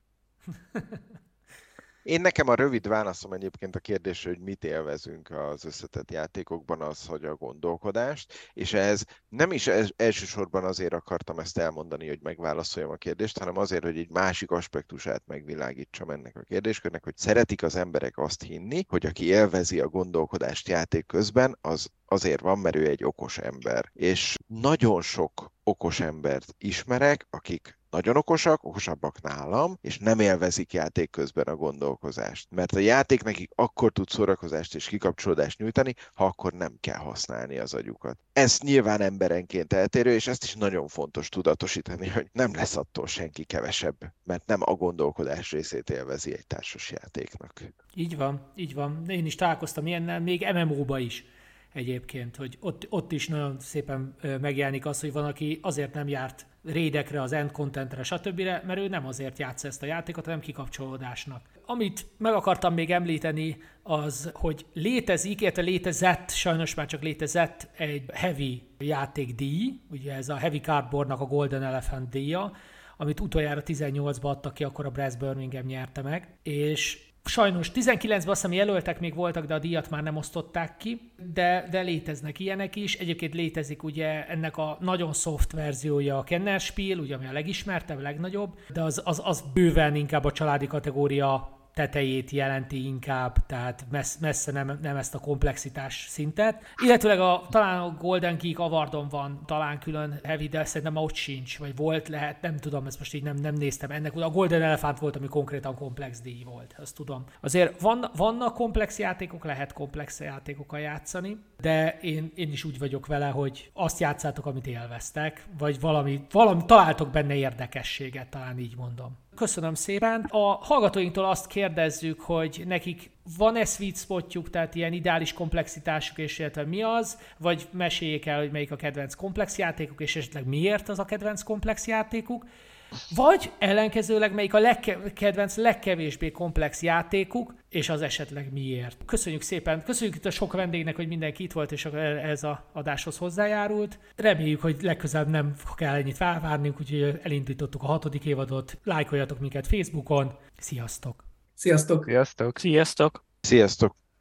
S3: Én nekem a rövid válaszom egyébként a kérdésre, hogy mit élvezünk az összetett játékokban, az, hogy a gondolkodást, és ehhez nem is elsősorban azért akartam ezt elmondani, hogy megválaszoljam a kérdést, hanem azért, hogy egy másik aspektusát megvilágítsam ennek a kérdéskörnek, hogy szeretik az emberek azt hinni, hogy aki élvezi a gondolkodást játék közben, az azért van, mert ő egy okos ember. És nagyon sok okos embert ismerek, akik nagyon okosak, okosabbak nálam, és nem élvezik játék közben a gondolkozást. Mert a játék nekik akkor tud szórakozást és kikapcsolódást nyújtani, ha akkor nem kell használni az agyukat. Ez nyilván emberenként eltérő, és ezt is nagyon fontos tudatosítani, hogy nem lesz attól senki kevesebb, mert nem a gondolkodás részét élvezi egy társas játéknak.
S1: Így van, így van. Én is találkoztam ilyennel, még em em o-ba is. Egyébként, hogy ott, ott is nagyon szépen megjelenik az, hogy van, aki azért nem járt raidekre, az end contentre, stb., mert ő nem azért játsza ezt a játékot, hanem kikapcsolódásnak. Amit meg akartam még említeni, az, hogy létezik, illetve létezett, sajnos már csak létezett egy heavy játékdíj, ugye ez a Heavy Cardboardnak a Golden Elephant díja, amit utoljára tizennyolcban adtak ki, akkor a Brass Birmingham nyerte meg, és sajnos tizenkilencben azt hiszem jelöltek még voltak, de a díjat már nem osztották ki, de, de léteznek ilyenek is. Egyébként létezik ugye ennek a nagyon soft verziója a Kennerspiel, ugye ami a legismertebb, legnagyobb, de az, az, az bőven inkább a családi kategória tetejét jelenti inkább, tehát messze nem, nem ezt a komplexitás szintet. Illetőleg a, talán a Golden Geek Awardon van talán külön heavy, de szerintem ott sincs, vagy volt, lehet, nem tudom, ezt most így nem, nem néztem. Ennek a Golden Elephant volt, ami konkrétan komplex díj volt, azt tudom. Azért van, vannak komplex játékok, lehet komplex játékokkal játszani, de én, én is úgy vagyok vele, hogy azt játszátok, amit élveztek, vagy valami, valami találtok benne érdekességet, talán így mondom. Köszönöm szépen. A hallgatóinktól azt kérdezzük, hogy nekik van-e sweet spotjuk, tehát ilyen ideális komplexitásuk, és illetve mi az, vagy meséljék el, hogy melyik a kedvenc komplex játékuk, és esetleg miért az a kedvenc komplex játékuk, vagy ellenkezőleg melyik a legke- kedvenc legkevésbé komplex játékuk, és az esetleg miért. Köszönjük szépen, köszönjük itt a sok vendégnek, hogy mindenki itt volt, és ez az adáshoz hozzájárult. Reméljük, hogy legközelebb nem kell ennyit felvárnunk, úgyhogy elindítottuk a hatodik évadot. Lájkoljatok minket Facebookon. Sziasztok!
S4: Sziasztok!
S3: Sziasztok!
S2: Sziasztok!
S3: Sziasztok!